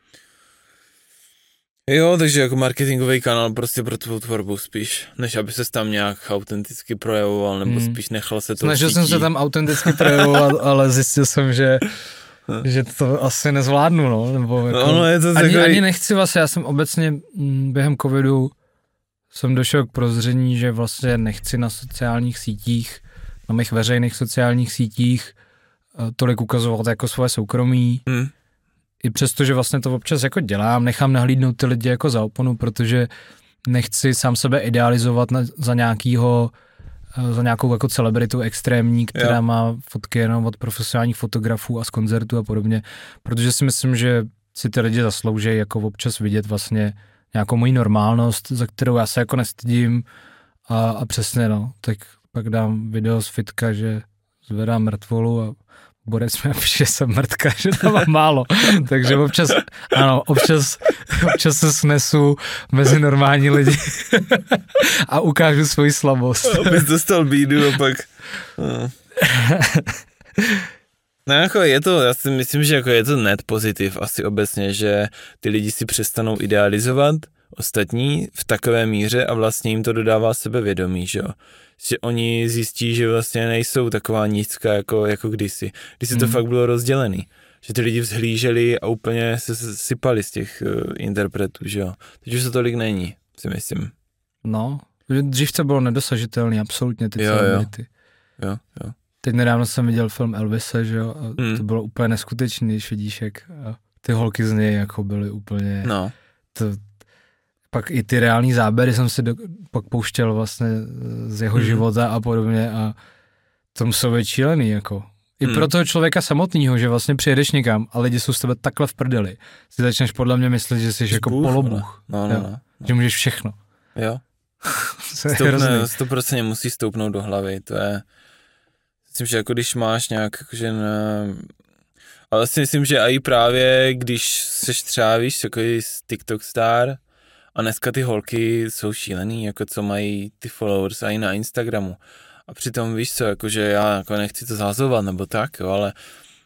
Jo, takže jako marketingový kanál prostě pro tvou tvorbu spíš, než aby ses tam nějak autenticky projevoval, nebo hmm. spíš nechal se to Snažil cítí. jsem se tam autenticky projevovat, ale zjistil jsem, že, že to asi nezvládnu, no. Nebo jako, no, je to ani, takový... ani nechci vlastně, já jsem obecně během covidu jsem došel k prozření, že vlastně nechci na sociálních sítích, na mých veřejných sociálních sítích tolik ukazovat jako svoje soukromí. Hmm. I přesto, že vlastně to občas jako dělám, nechám nahlídnout ty lidi jako za oponu, protože nechci sám sebe idealizovat na, za nějakýho, za nějakou jako celebritu extrémní, která jo. má fotky jenom od profesionálních fotografů a z koncertů a podobně, protože si myslím, že si ty lidi zaslouží jako občas vidět vlastně nějakou moji normálnost, za kterou já se jako nestydím a, a přesně no, tak pak dám video z fitka, že zvedám mrtvolu a Borec mi napíše, že jsem mrtka, že tam mám málo. Takže občas, ano, občas, občas se snesu mezi normální lidi a ukážu svoji slabost. Abys dostal bídu a pak... No. No jako je to, já si myslím, že jako je to net pozitiv asi obecně, že ty lidi si přestanou idealizovat ostatní v takové míře a vlastně jim to dodává sebevědomí, že jo. Že oni zjistí, že vlastně nejsou taková nízká jako, jako kdysi. Když mm. to fakt bylo rozdělený. Že ty lidi vzhlíželi a úplně se sypali z těch uh, interpretů, že jo. Teď už to tolik není, si myslím. No, dřív to bylo nedosažitelný, absolutně ty celebrity. Jo, jo. jo. Teď nedávno jsem viděl film Elvise, že jo, a mm. to bylo úplně neskutečný, když vidíš, jak ty holky z něj jako byly úplně... No. To, pak i ty reální záběry jsem si do, pak pouštěl vlastně z jeho mm. života a podobně a to muselo být šílený, jako. I hmm. pro toho člověka samotného, že vlastně přijedeš někam a lidi jsou s tebe takhle v prdeli. Ty začneš podle mě myslet, že jsi jako polobůh. No, no, no, no. Že můžeš všechno. Jo. Stoupne, to prostě musí stoupnout do hlavy. To je, myslím, že jako když máš nějak, jakože ne, ale si myslím, že i právě, když seš třeba, víš, takový TikTok star a dneska ty holky jsou šílený, jako co mají ty followers i na Instagramu. A přitom víš co, jakože já jako nechci to zhazovat nebo tak, jo, ale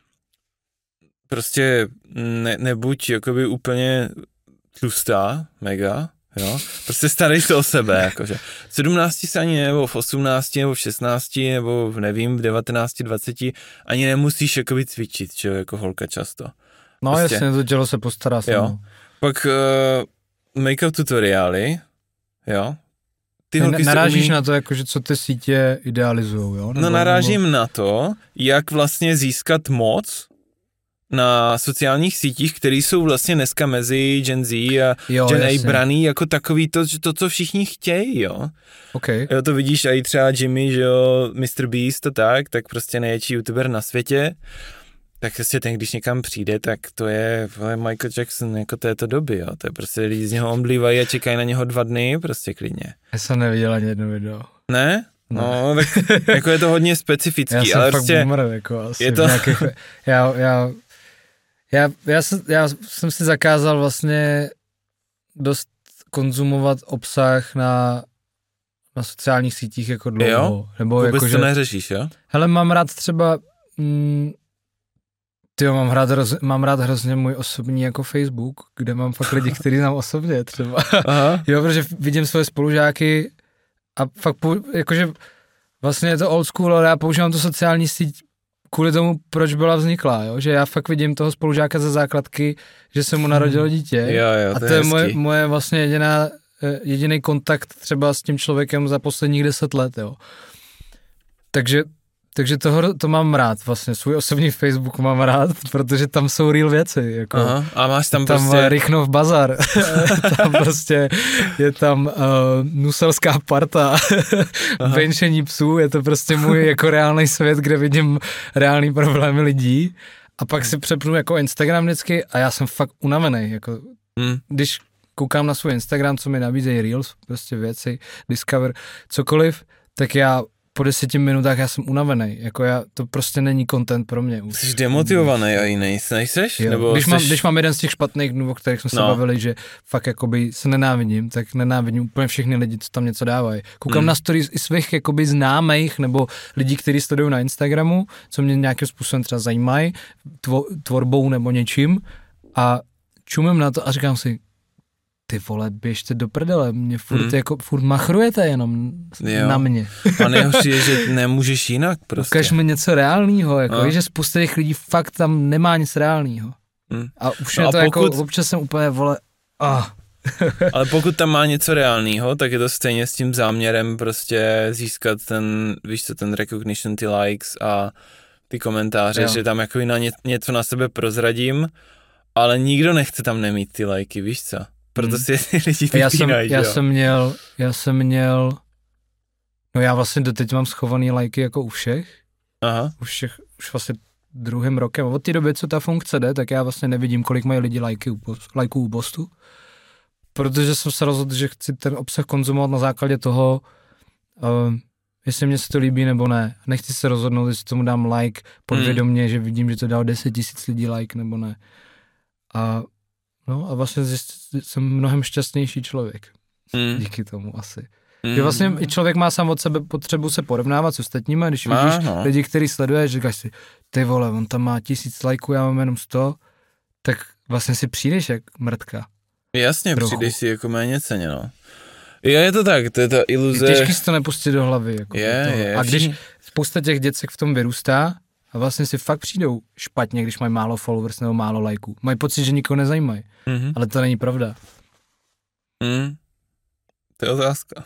prostě ne, nebuď jakoby úplně tlustá, mega, jo, prostě starej se o sebe, jakože v sedmnácti se ani nebo v osmnácti nebo v šestnácti nebo v nevím, v devatenácti, dvaceti ani nemusíš jakoby cvičit, čo, jako holka často. No prostě, jasně, to tělo se postará samo. Jo, pak uh, make-up tutoriály, jo, ty holky narážíš umí... na to, jakože co ty sítě idealizujou, jo? Nebo, no narážím nebo... na to, jak vlastně získat moc na sociálních sítích, které jsou vlastně dneska mezi Gen Z a jo, Gen A braný jako takový to, to, co všichni chtějí, jo. Okay. Jo, to vidíš i třeba Jimmy, že jo, mister Beast a tak, tak prostě největší youtuber na světě. Tak prostě ten, když někam přijde, tak to je Michael Jackson jako této doby, jo. To je prostě lidi z něho omblívají a čekají na něho dva dny, prostě klidně. Já jsem neviděl ani jedno video. Ne? No, no tak, jako je to hodně specifický, já jsem ale fakt prostě... boomer, jako asi je to... nějakých, já, já, já, já, jsem, já jsem si zakázal vlastně dost konzumovat obsah na, na sociálních sítích jako dlouho. Jo? Nebo vůbec jako, to že, neřešíš, jo? Hele, mám rád třeba... Mm, Tyjo, mám rád, roz, mám rád hrozně můj osobní jako Facebook, kde mám fakt lidi, který znám osobně třeba. Aha. Jo, protože vidím svoje spolužáky a fakt, jakože vlastně je to old school, ale já používám tu sociální síť kvůli tomu, proč byla vzniklá, jo? Že já fakt vidím toho spolužáka ze základky, že se mu narodilo dítě. Jo, jo, a to je, je moje, moje vlastně jediná, jediný kontakt třeba s tím člověkem za posledních deset let, jo. Takže Takže toho, to mám rád, vlastně svůj osobní Facebook mám rád, protože tam jsou real věci, jako. Aha, a máš tam, tam prostě... Rychnov bazar, tam prostě je tam uh, nuselská parta, venšení psů, je to prostě můj jako reálný svět, kde vidím reální problémy lidí a pak si přepnu jako Instagram vždycky a já jsem fakt unavený, jako hmm. když koukám na svůj Instagram, co mi nabízejí reels, prostě věci, discover, cokoliv, tak já po deseti minutách já jsem unavený, jako já, to prostě není content pro mě. Už. Jsi demotivovaný a jiný, nejseš? Nebo když, jsi... mám, když mám jeden z těch špatných dnů, o kterých jsme se no. bavili, že fakt jakoby se nenávidím, tak nenávidím úplně všechny lidi, co tam něco dávají. Koukám mm. na stories i svých jakoby známých, nebo lidí, kteří sledují na Instagramu, co mě nějakým způsobem třeba zajímají, tvo, tvorbou nebo něčím a čumím na to a říkám si, ty vole, běžte do prdele, mě furt, hmm. jako, furt machrujete jenom jo. na mě. A nejhorší je, že nemůžeš jinak prostě. Ukaž mi něco reálného, jako, no. že spousta těch lidí fakt tam nemá nic reálného. Hmm. A už no je to pokud... jako, občas jsem úplně, vole, ah. Ale pokud tam má něco reálného, tak je to stejně s tím záměrem prostě získat ten, víš co, ten recognition, ty likes a ty komentáře, jo. že tam jako na ně, něco na sebe prozradím, ale nikdo nechce tam nemít ty lajky, víš co? Proto si hmm. lidi já jsem, já já jsem měl, já jsem měl, no já vlastně doteď mám schovaný lajky jako u všech, Aha. u všech, už vlastně druhým rokem, od té doby, co ta funkce jde, tak já vlastně nevidím, kolik mají lidi lajky u, lajků u postu, protože jsem se rozhodl, že chci ten obsah konzumovat na základě toho, uh, jestli mě se to líbí nebo ne. Nechci se rozhodnout, jestli tomu dám like podvědomě, hmm. že vidím, že to dalo deset tisíc lidí like nebo ne. A no a vlastně jsem mnohem šťastnější člověk. Mm. Díky tomu asi. Mm. Že vlastně i člověk má sám od sebe potřebu se porovnávat s ostatními, když má, vidíš no. lidi, který sleduješ, říkáš si, ty vole, on tam má tisíc lajků, já mám jenom sto, tak vlastně si přijdeš jak mrtka. Jasně, trochu. Přijdeš si jako méně ceně, no. Jo, je to tak, to je ta iluze. Je těžký si to nepustit do hlavy. Jako je, do je. A když spousta těch děcek v tom vyrůstá, a vlastně si fakt přijdou špatně, když mají málo followers nebo málo lajků. Mají pocit, že nikoho nezajímají. Mm-hmm. Ale to není pravda. Mm. To je otázka.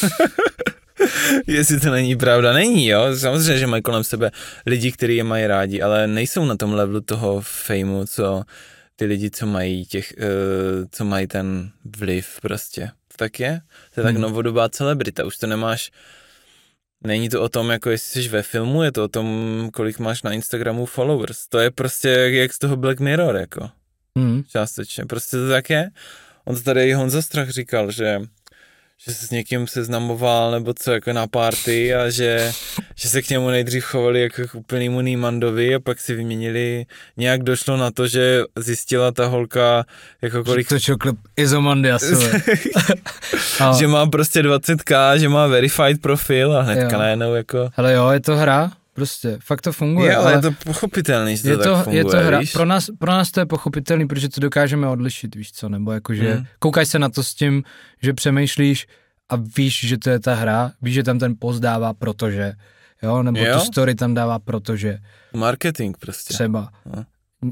Jestli to není pravda, není, jo. Samozřejmě, že mají kolem sebe lidi, kteří je mají rádi, ale nejsou na tom levelu toho fejmu, co ty lidi, co mají těch, uh, co mají ten vliv prostě. To tak je. To je tak Hmm. novodobá celebrita. Už to nemáš, není to o tom, jako jestli jsi ve filmu, je to o tom, kolik máš na Instagramu followers. To je prostě jak, jak z toho Black Mirror, jako. Hmm. Částečně. Prostě to tak je. On to tady i Honza Strach říkal, že že se s někým seznamoval nebo co jako na party a že, že se k němu nejdřív chovali jako k úplnýmu Nýmandovi a pak si vyměnili, nějak došlo na to, že zjistila ta holka jako kolik... To čoklep Izomandiasové. že má prostě dvacet ká, že má verified profil a hnedka najednou jako... Hele jo, je to hra, prostě, fakt to funguje. Je, ale, ale je to pochopitelný, že to, je to tak funguje, je to hra. víš? Pro nás, pro nás to je pochopitelný, protože to dokážeme odlišit, víš co, nebo jakože hmm. koukáš se na to s tím, že přemýšlíš a víš, že to je ta hra, víš, že tam ten post dává protože, jo, nebo jo? tu story tam dává protože. Marketing prostě. Třeba. No.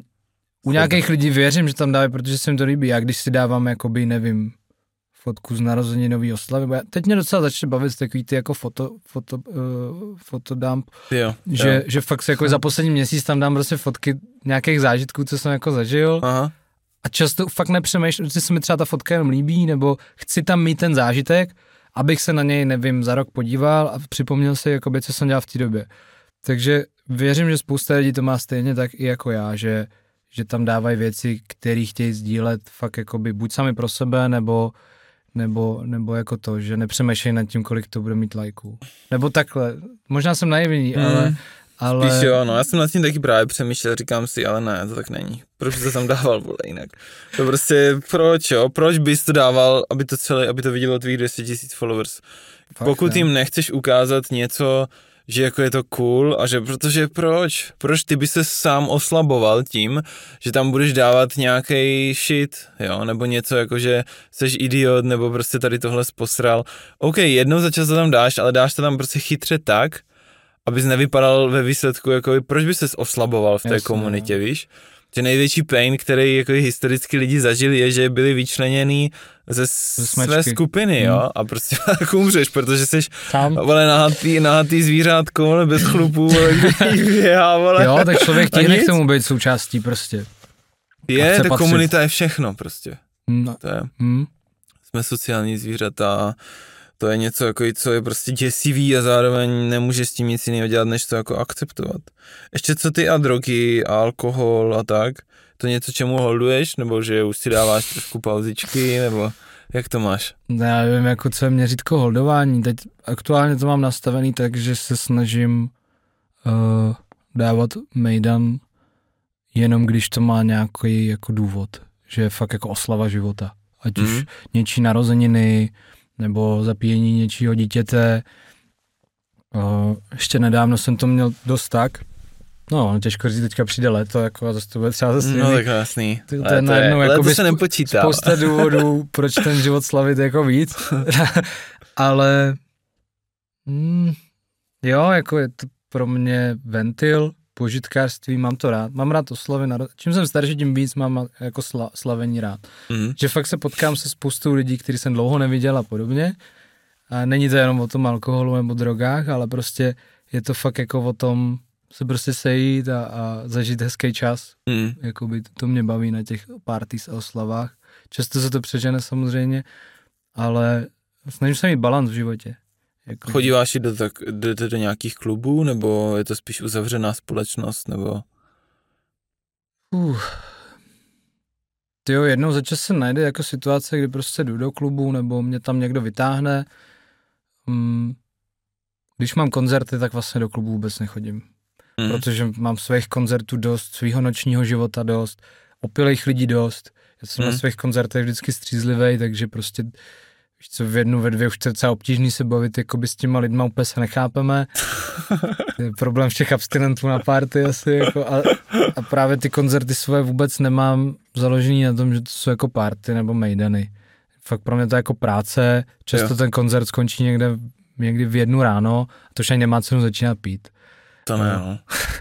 U nějakých lidí věřím, že tam dávají, protože se jim to líbí. Já když si dávám, jakoby, nevím, fotku z narozeninový oslavy, bo já, teď mě docela začne bavit takový ty jako foto, foto, uh, fotodump, jo, že, jo. že fakt se jako za poslední měsíc tam dám prostě fotky nějakých zážitků, co jsem jako zažil. Aha. A často fakt nepřemýšlím, že se mi třeba ta fotka jenom líbí, nebo chci tam mít ten zážitek, abych se na něj, nevím, za rok podíval a připomněl si, jakoby, co jsem dělal v té době. Takže věřím, že spousta lidí to má stejně tak i jako já, že, že tam dávají věci, které chtějí sdílet fakt jakoby buď sami pro sebe, nebo, nebo, nebo jako to, že nepřemýšlejí nad tím, kolik to bude mít lajků. Nebo takhle. Možná jsem naivní, hmm. ale... Ale... Spíš jo, no, já jsem nad tím taky právě přemýšlel, říkám si, ale ne, to tak není. Proč bys to tam dával, vole, jinak? To prostě, proč jo, proč bys to dával, aby to celé, aby to vidělo tvých deset tisíc followers? Fakt, pokud ne. Jim nechceš ukázat něco, že jako je to cool a že, protože proč? Proč ty by se sám oslaboval tím, že tam budeš dávat nějaký shit, jo, nebo něco jako, že seš idiot, nebo prostě tady tohle posral. OK, jednou za čas to tam dáš, ale dáš to tam prostě chytře tak, abys nevypadal ve výsledku, jako proč by ses oslaboval v té Jasně, komunitě, no. víš? Že největší pain, který jako historicky lidi zažili, je, že byli vyčleněný ze své skupiny, hmm. jo? A prostě tak umřeš, protože jsi vole, nahatý, nahatý zvířátko, vole, bez chlupů, vole, kdy běhá, vole. Jo, tak člověk tíhne k tomu být součástí prostě. Je, ta patřit. Komunita je všechno prostě. No. To je. Hmm. Jsme sociální zvířata. To je něco, jako, co je prostě děsivý a zároveň nemůžeš s tím nic jiného dělat, než to jako akceptovat. Ještě co ty a drogy a alkohol a tak, to něco, čemu holduješ, nebo že už si dáváš trošku pauzičky, nebo jak to máš? Já nevím, jako co je měřítko holdování. Teď aktuálně to mám nastavený tak, že se snažím uh, dávat mejdan jenom když to má nějaký jako důvod, že je fakt jako oslava života. Ať mm. už něčí narozeniny, nebo zapíjení něčího dítěte. Uh, ještě nedávno jsem to měl dost tak. No, těžko říct, teďka přijde léto, jako a zase to bude třeba zase... No tak jasný. To, to je najednou jako by se nepočítá. Spousta důvodů, proč ten život slavit jako víc. Ale mm, jo, jako je to pro mě ventil, požitkářství, mám to rád. Mám rád oslavy, čím jsem starší, tím víc mám jako sla, slavení rád. Mm. Že fakt se potkám se spoustou lidí, který jsem dlouho neviděl a podobně. A není to jenom o tom alkoholu nebo drogách, ale prostě je to fakt jako o tom se prostě sejít a, a zažít hezký čas. Mm. Jakoby to mě baví na těch parties a oslavách. Často se to přežene samozřejmě, ale snažím se mít balans v životě. Jako... Chodíváš do, tak, do, do, do nějakých klubů, nebo je to spíš uzavřená společnost, nebo? Uh. Tyjo, jednou za čas se najde jako situace, kdy prostě jdu do klubu, nebo mě tam někdo vytáhne. Um, když mám koncerty, tak vlastně do klubu vůbec nechodím. Mm. Protože mám svých koncertů dost, svýho nočního života dost, opilých lidí dost. Já jsem mm. na svých koncertech vždycky střízlivej, takže prostě víš co, v jednu, ve dvě už to je docela obtížný se bavit jakoby s těma lidma, úplně se nechápeme. Je problém všech abstinentů na party asi, jako a, a právě ty koncerty svoje vůbec nemám založený na tom, že to jsou jako party nebo mejdany. Fakt pro mě to je jako práce, často jo. Ten koncert skončí někde, někdy v jednu ráno a to už ani nemá cenu začínat pít. To ne, no.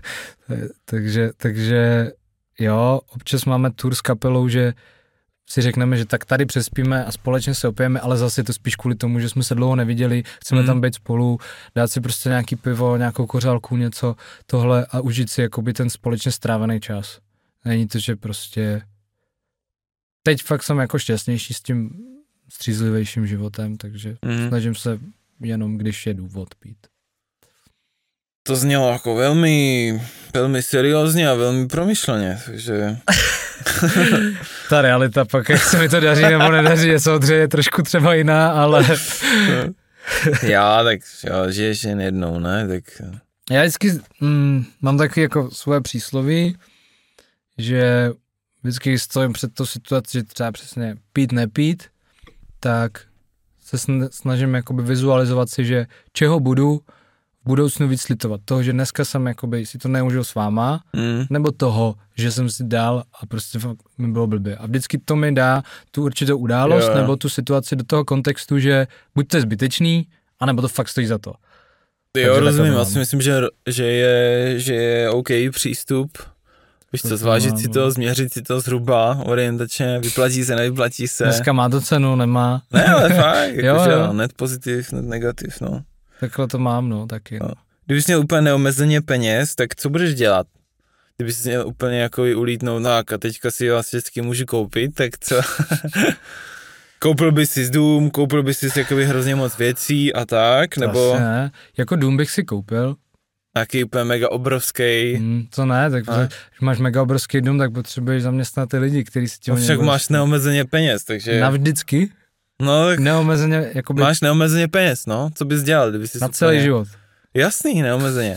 takže, takže jo, občas máme tour s kapelou, že si řekneme, že tak tady přespíme a společně se opijeme, ale zase je to spíš kvůli tomu, že jsme se dlouho neviděli, chceme mm. tam být spolu, dát si prostě nějaký pivo, nějakou kořálku, něco, tohle a užít si jakoby ten společně strávený čas. Není to, že prostě teď fakt jsem jako šťastnější s tím střízlivějším životem, takže mm. snažím se jenom, když je důvod pít. To znělo jako velmi, velmi seriózně a velmi promyšleně, takže... Ta realita pak, jak se mi to daří nebo nedaří, je samozřejmě trošku třeba jiná, ale... Já, tak já, žiješ jen jednou, ne? Tak... Já vždycky mm, mám taky jako svoje přísloví, že vždycky stojím před tou situací, že třeba přesně pít, nepít, tak se snažím jakoby vizualizovat si, že čeho budu v budoucnu víc litovat. Toho, že dneska jsem jakoby si to neužil s váma, mm. nebo toho, že jsem si dal a prostě mi bylo blbě. A vždycky to mi dá tu určitou událost jo. nebo tu situaci do toho kontextu, že buď to je zbytečný, anebo to fakt stojí za to. Jo, takže rozumím, já si myslím, že, že, je, že je OK přístup. Víš co, zvážit si to, změřit si to zhruba, orientačně, vyplatí se, nevyplatí se. Dneska má to cenu, nemá. Ne, ale fakt, jo, jakože jo. net pozitiv, net negativ, no. Takhle to mám, no, taky. No. Kdybys měl úplně neomezeně peněz, tak co budeš dělat? Kdybys měl úplně jako ulítnout, no a teďka si vás vždycky můžu koupit, tak co? Koupil bys si dům, koupil bys si jakoby hrozně moc věcí a tak, nebo... Asi ne, jako dům bych si koupil. Taky úplně mega obrovský. Hmm, to ne, tak když máš mega obrovský dům, tak potřebuješ zaměstnat ty lidi, kteří si tím... No však máš neomezeně peněz, takže... Navždycky? No tak... Neomezeně, jakoby... Máš neomezeně peněz, no, co bys dělal, kdyby si... Na celý úplně... život. Jasný, neomezeně.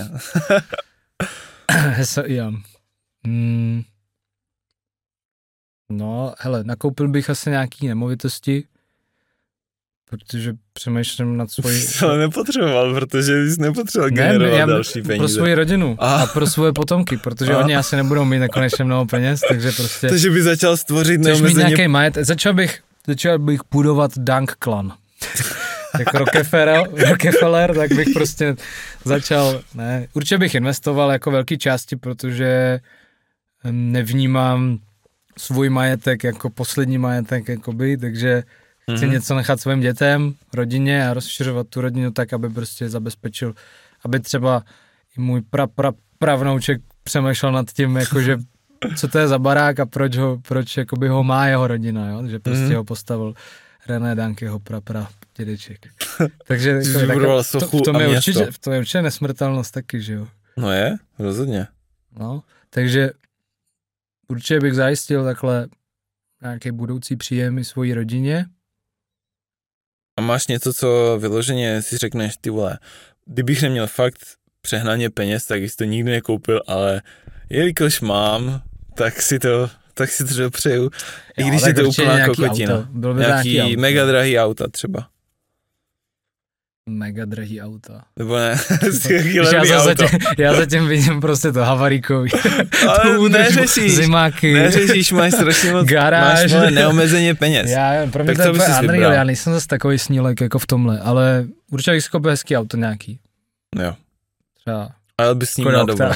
já. Hmm. No, hele, nakoupil bych asi nějaký nemovitosti, protože přemýšlím nad svojí... Jsi ale nepotřeboval, protože bys nepotřeboval generovat ne, já další peníze. Pro svoji rodinu a, a pro svoje potomky, protože a. oni asi nebudou mít nekonečně mnoho peněz, takže prostě... Takže by začal stvořit neomezeně... mít nějaký majet, začal bych, začal bych budovat Dunk Clan. Jako Rockefeller, Rockefeller, tak bych prostě začal, ne, určitě bych investoval jako velký části, protože nevnímám svůj majetek jako poslední majetek, jakoby, takže chci mm-hmm. něco nechat svým dětem, rodině a rozšiřovat tu rodinu tak, aby prostě zabezpečil, aby třeba i můj pra, pra, pravnouček přemýšlel nad tím, jakože co to je za barák a proč ho, proč jakoby ho má jeho rodina, jo? Že prostě mm-hmm. ho postavil René Dunk, jeho pra, pra dědeček. Takže jako, tak, to, v, tom je určitě, v tom je určitě nesmrtelnost taky, že jo. No je, rozhodně. No, takže určitě bych zajistil takhle nějaký budoucí příjem i svojí rodině. A máš něco, co vyloženě si řekneš, ty vole, kdybych neměl fakt přehnaně peněz, tak jsi to nikdy nekoupil, ale jelikož mám, tak si to, tak si to dopřeju. I když je to úplná kokotina. Nějaký, nějaký auto. Mega drahý auta třeba. Mega drahý auta. Nebo ne, já, za zatím, já zatím vidím prostě to havaríkový. Ale neřešíš, zimáky, neřešíš, máš strašně moc, garáž. Máš neomezeně peněz. Já, pro mě to je úplně unreal, já nejsem zase takový snílek jako v tomhle, ale určitě bych si koupil hezký auto nějaký. Jo. Třeba. Ale bys s ním na dobu.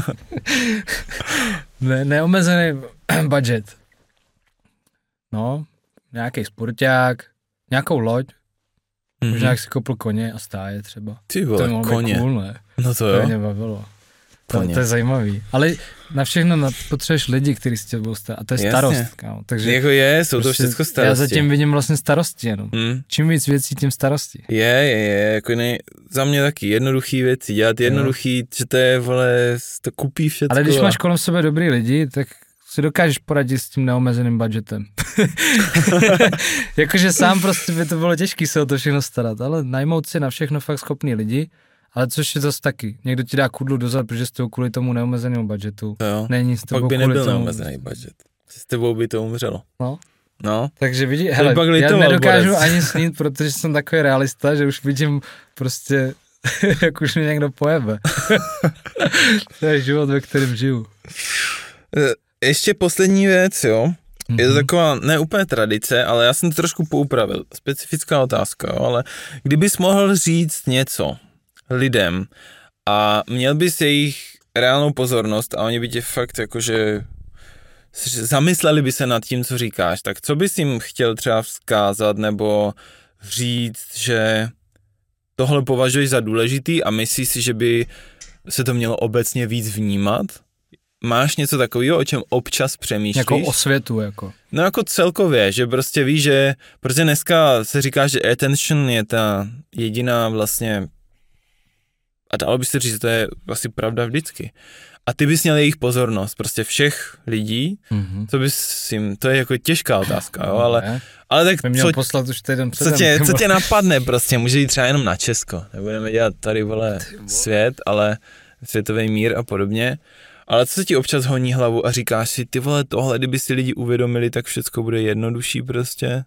ne, neomezený budget. No, nějaký sporták, nějakou loď. Mm-hmm. Možná jak si koupil koně a stáje třeba. Ty vole, to koně. Cool, ne? No to jo. To mě bavilo. To, to je zajímavý. Ale na všechno na, potřebuješ lidi, kteří s tebou stají. A to je starost. Kámo. Takže jako je, jsou prostě, to všechno starosti. Já zatím vidím vlastně starosti jenom. Mm. Čím víc věcí, tím starosti. Je, je, je. Jako nej, za mě taky jednoduchý věci. Dělat jednoduchý, jo. Že to je, vole, to kupí všechno. Ale když máš kolem sebe dobrý lidi, tak si dokážeš poradit s tím neomezeným budgetem. Jakože sám prostě by to bylo těžké se o to všechno starat, ale najmout si na všechno fakt schopný lidi, ale což je zase taky. Někdo ti dá kudlu dozad, protože s tebou kvůli tomu neomezenému budgetu. Jo. Není s tebou pak by kvůli nebyl tomu... neomezený budget. S tebou by to umřelo. No. No. Takže vidí, hele, já nedokážu borec. ani snít, protože jsem takový realista, že už vidím prostě, jak už mě někdo pojebe. To je život, ve kterém žiju. Ještě poslední věc, jo. Mm-hmm. Je to taková, ne úplně tradice, ale já jsem to trošku poupravil. Specifická otázka, jo, ale kdybys mohl říct něco lidem a měl bys jejich reálnou pozornost a oni by tě fakt jakože zamysleli by se nad tím, co říkáš, tak co bys jim chtěl třeba vzkázat nebo říct, že tohle považuješ za důležitý a myslíš si, že by se to mělo obecně víc vnímat? máš něco takového, o čem občas přemýšlíš? Jako o světu, jako. No jako celkově, že prostě víš, že protože dneska se říká, že attention je ta jediná vlastně, a dalo by se říct, že to je asi pravda vždycky. A ty bys měl jejich pozornost, prostě všech lidí, mm-hmm. co bys jim, to je jako těžká otázka, jo, ale, ale tak By měl co, poslat už týden předem. co, tě, co tě napadne prostě, může jít třeba jenom na Česko, nebudeme dělat tady, vole, svět, ale světový mír a podobně, ale co se ti občas honí hlavu a říkáš si, ty vole, tohle, kdyby si lidi uvědomili, tak všecko bude jednodušší prostě.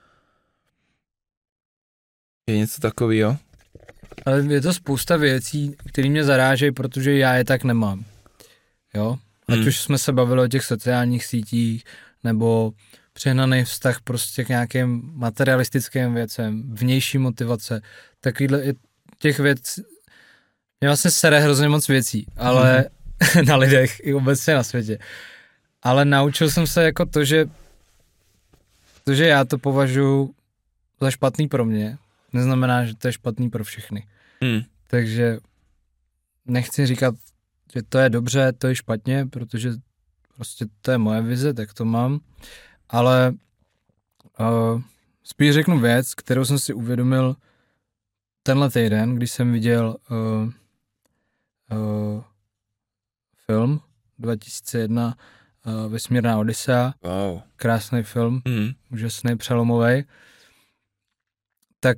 Je něco takového? Ale je to spousta věcí, které mě zarážejí, protože já je tak nemám. Jo? Ať hmm. už jsme se bavili o těch sociálních sítích, nebo přehnaný vztah prostě k nějakým materialistickým věcem, vnější motivace, takovýhle těch věcí. Mě vlastně sere hrozně moc věcí, ale hmm. na lidech i obecně na světě. Ale naučil jsem se jako to, že to, že já to považuji za špatný pro mě, neznamená, že to je špatný pro všechny. Hmm. Takže nechci říkat, že to je dobře, to je špatně, protože prostě to je moje vize, tak to mám, ale uh, spíš řeknu věc, kterou jsem si uvědomil tenhle týden, když jsem viděl uh, uh, film dva tisíce jedna uh, Vesmírná Odisea, wow. Krásný film, hmm. úžasný, přelomový, tak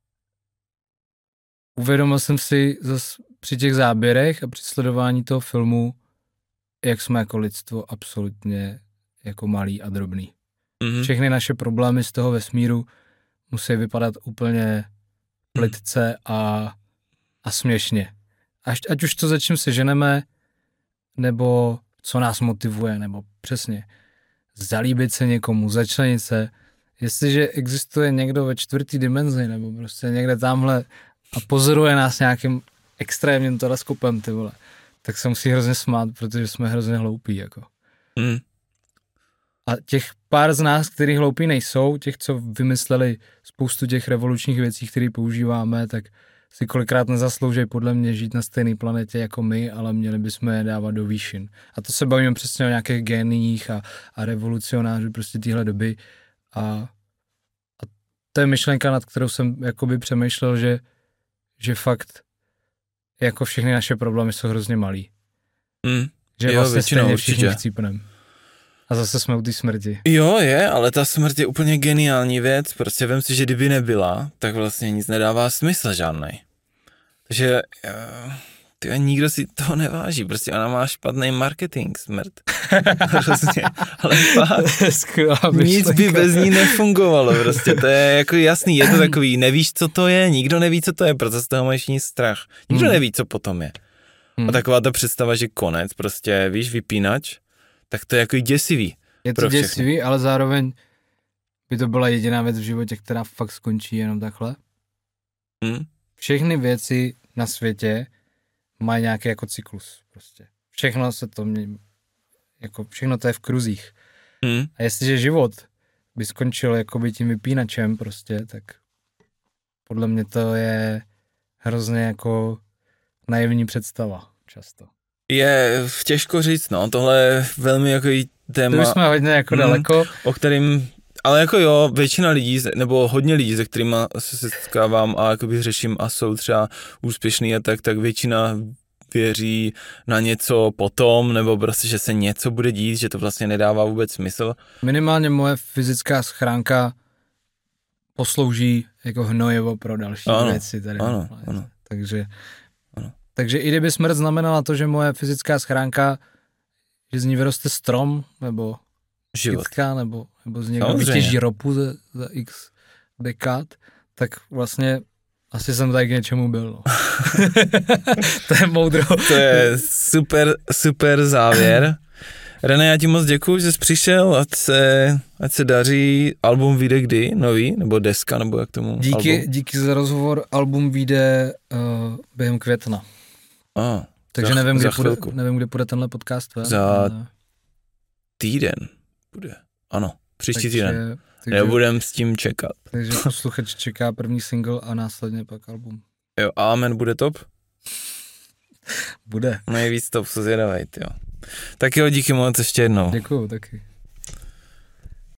uvědomil jsem si zase při těch záběrech a při sledování toho filmu, jak jsme jako lidstvo absolutně jako malý a drobný. Mm-hmm. Všechny naše problémy z toho vesmíru musí vypadat úplně plitce a, a směšně. Až, ať už to, za čím se ženeme, nebo co nás motivuje, nebo přesně zalíbit se někomu, začlenit se. Jestliže existuje někdo ve čtvrtý dimenzi, nebo prostě někde tamhle a pozoruje nás nějakým extrémním teleskopem, ty vole, tak se musí hrozně smát, protože jsme hrozně hloupí, jako. Mm. A těch pár z nás, kteří hloupí nejsou, těch, co vymysleli spoustu těch revolučních věcí, které používáme, tak si kolikrát nezaslouží podle mě žít na stejné planetě jako my, ale měli bychom je dávat do výšin. A to se bavíme přesně o nějakých géniích a, a revolucionářů prostě téhle doby. A, a to je myšlenka, nad kterou jsem jakoby přemýšlel, že že fakt jako všechny naše problémy jsou hrozně malý. Mm. Že jo, vlastně stejně všichni chcípnem. A zase jsme u té smrti. Jo, je, ale ta smrt je úplně geniální věc. Prostě vem si, že kdyby nebyla, tak vlastně nic nedává smysl žádnej. Takže tyhle, nikdo si toho neváží. Prostě ona má špatný marketing, smrt. Prostě, ale fakt, nic by bez ní nefungovalo. Prostě to je jako jasný, je to takový, nevíš, co to je, nikdo neví, co to je, proto z toho máš ní strach. Nikdo hmm. neví, co potom je. Hmm. A taková ta představa, že konec, prostě víš, vypínač, tak to je jako děsivý. Je to děsivý, ale zároveň by to byla jediná věc v životě, která fakt skončí jenom takhle. Hmm. Všechny věci na světě mají nějaký jako cyklus prostě. Všechno se to mě, jako všechno to je v kruzích. Hmm. A jestliže život by skončil jakoby tím vypínačem prostě, tak podle mě to je hrozně jako naivní představa často. Je těžko říct, no, tohle je velmi jako téma. To jsme hodně jako hmm, daleko. O kterým, ale jako jo, většina lidí, nebo hodně lidí, se kterými se setkávám a jakoby řeším a jsou třeba úspěšný a tak, tak většina věří na něco potom, nebo prostě, že se něco bude dít, že to vlastně nedává vůbec smysl. Minimálně moje fyzická schránka poslouží jako hnojivo pro další ano, věci tady. Ano, ano. Takže, ano. takže i kdyby smrt znamenala to, že moje fyzická schránka, že z ní vyroste strom, nebo kytka, nebo, nebo z něj vytěží ropu za, za x dekád, tak vlastně asi jsem tady k něčemu byl. No. To je moudro. To je super, super závěr. René, já ti moc děkuju, že jsi přišel, ať se, ať se daří. Album vyjde kdy? Nový? Nebo deska? Nebo jak tomu? Díky, album? díky za rozhovor. Album vyjde uh, během května. Ah, Takže za, nevím, za kde půjde, nevím, kde půjde tenhle podcast. Ve? Za týden bude. Ano, příští takže, týden. Takže, nebudem s tím čekat. Takže posluchač čeká první single a následně pak album. Jo, Amen bude top? Bude. Nejvíc top, co zvědavej, jo. Tak jo, díky moc ještě jednou. Děkuju taky.